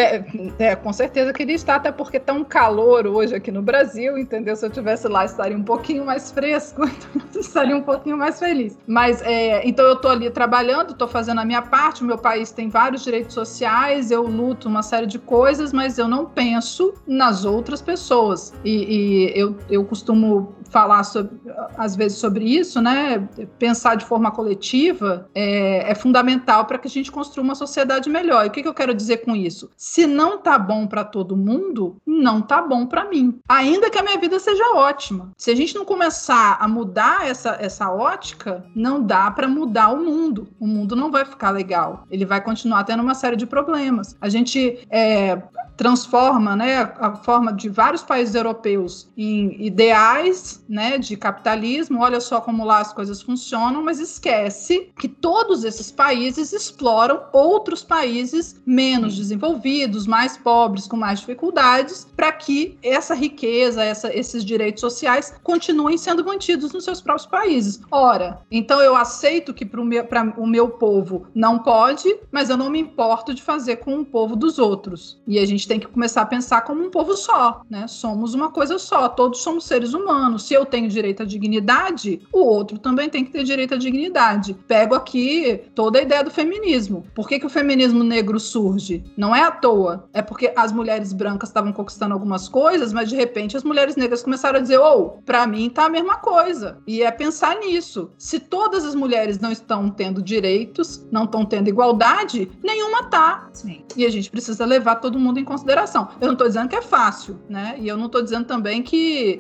Com certeza eu queria estar, até porque tá um calor hoje aqui no Brasil, entendeu? Se eu estivesse lá, estaria um pouquinho mais fresco, então estaria um pouquinho mais feliz. Mas, então eu tô ali trabalhando, tô fazendo a minha parte, o meu país tem vários direitos sociais, eu luto uma série de coisas, mas eu não penso nas outras pessoas. E eu costumo falar, às vezes, sobre isso, né? Pensar de forma coletiva é fundamental para que a gente construa uma sociedade melhor. E o que eu quero dizer com isso? Se não tá bom para todo mundo, não tá bom para mim. Ainda que a minha vida seja ótima. Se a gente não começar a mudar essa ótica, não dá para mudar o mundo. O mundo não vai ficar legal. Ele vai continuar tendo uma série de problemas. A gente transforma, né, a forma de vários países europeus em ideais, né, de capitalismo. Olha só como lá as coisas funcionam, mas esquece que todos esses países exploram outros países menos desenvolvidos, mais pobres, com mais dificuldades, para que essa riqueza, esses direitos sociais continuem sendo mantidos nos seus próprios países. Ora, então eu aceito que para o meu povo não pode, mas eu não me importo de fazer com o povo dos outros. E a gente tem que começar a pensar como um povo só, né? Somos uma coisa só, todos somos seres humanos. Se eu tenho direito à dignidade, o outro também tem que ter direito à dignidade. Pego aqui toda a ideia do feminismo. Por que o feminismo negro surge? Não é à toa. É porque as mulheres brancas estavam conquistando algumas coisas, mas de repente as mulheres negras começaram a dizer, pra mim tá a mesma coisa. E é pensar nisso. Se todas as mulheres não estão tendo direitos, não estão tendo igualdade, nenhuma tá. Sim. E a gente precisa levar todo mundo em consideração. Eu não tô dizendo que é fácil, né? E eu não tô dizendo também que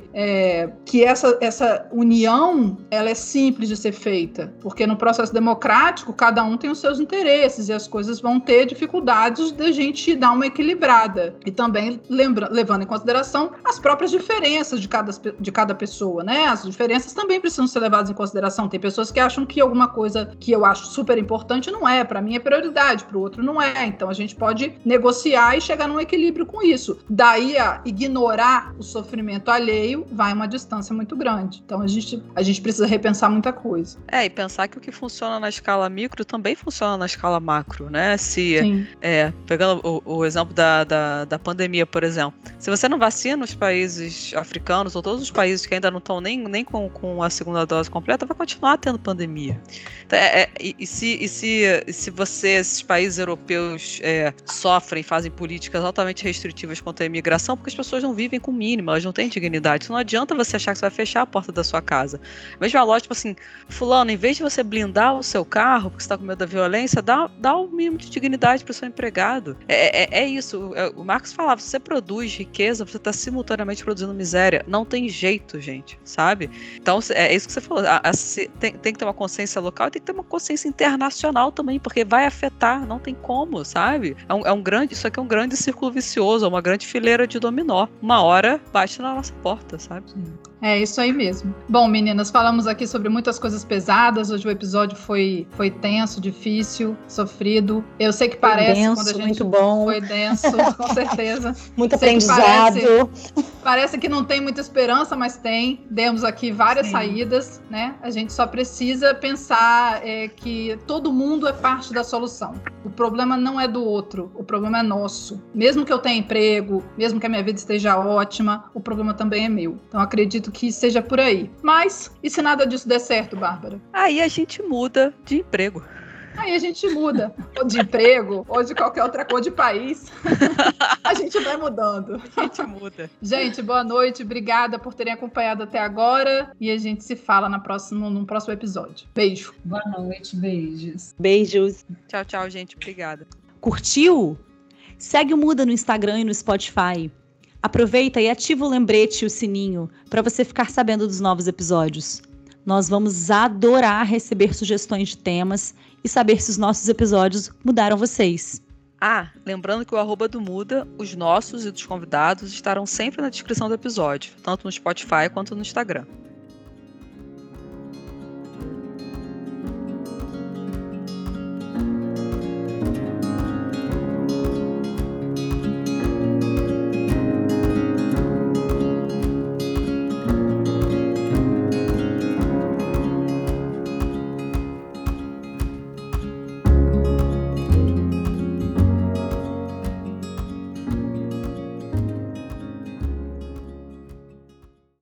essa união, ela é simples de ser feita. Porque no processo democrático, cada um tem os seus interesses e as coisas vão ter dificuldades de a gente dar uma equilibrada. E também levando em consideração as próprias diferenças de cada pessoa, né? As diferenças também precisam ser levadas em consideração. Tem pessoas que acham que alguma coisa que eu acho super importante não é. Para mim é prioridade, para o outro não é. Então a gente pode negociar e chegar num equilíbrio com isso. Daí a ignorar o sofrimento alheio vai uma distância muito grande. Então a gente precisa repensar muita coisa. E pensar que o que funciona na escala micro também funciona na escala macro, né? Pegando o exemplo da pandemia, por exemplo. Se você não vacina os países africanos ou todos os países que ainda não estão nem com a segunda dose completa, vai continuar tendo pandemia. Então, se esses países europeus sofrem, fazem políticas altamente restritivas contra a imigração, porque as pessoas não vivem com o mínimo, elas não têm dignidade. Então não adianta você achar que você vai fechar a porta da sua casa. Mesma lógica, tipo assim, fulano, em vez de você blindar o seu carro, porque você está com medo da violência, dá o mínimo de dignidade para o seu empregado. É isso. O Marx falava, se você produz riqueza, você está simultaneamente produzindo miséria. Não tem jeito, gente, sabe? Então, é isso que você falou. Tem que ter uma consciência local e tem que ter uma consciência internacional também, porque vai afetar, não tem como, sabe? Isso aqui é um grande círculo vicioso, uma grande fileira de dominó. Uma hora bate na nossa porta, sabe? É isso aí mesmo. Bom, meninas, falamos aqui sobre muitas coisas pesadas. Hoje o episódio foi tenso, difícil, sofrido. Eu sei que parece denso, quando a gente muito bom. Foi denso, com certeza. Muito aprendizado. Parece que não tem muita esperança, mas tem. Demos aqui várias saídas, né? A gente só precisa pensar que todo mundo é parte da solução. O problema não é do outro, o problema é nosso. Mesmo que eu tenha emprego, mesmo que a minha vida esteja ótima, o problema também é meu. Então acredito que seja por aí. Mas, e se nada disso der certo, Bárbara? Aí a gente muda de emprego. Aí a gente muda, ou de emprego, ou de qualquer outra coisa, de país. A gente vai mudando. A gente muda. Gente, boa noite, obrigada por terem acompanhado até agora. E a gente se fala num próximo episódio. Beijo. Boa noite, beijos. Beijos. Tchau, tchau, gente. Obrigada. Curtiu? Segue o Muda no Instagram e no Spotify. Aproveita e ativa o lembrete e o sininho para você ficar sabendo dos novos episódios. Nós vamos adorar receber sugestões de temas e saber se os nossos episódios mudaram vocês. Lembrando que o @do Muda, os nossos e dos convidados estarão sempre na descrição do episódio, tanto no Spotify quanto no Instagram.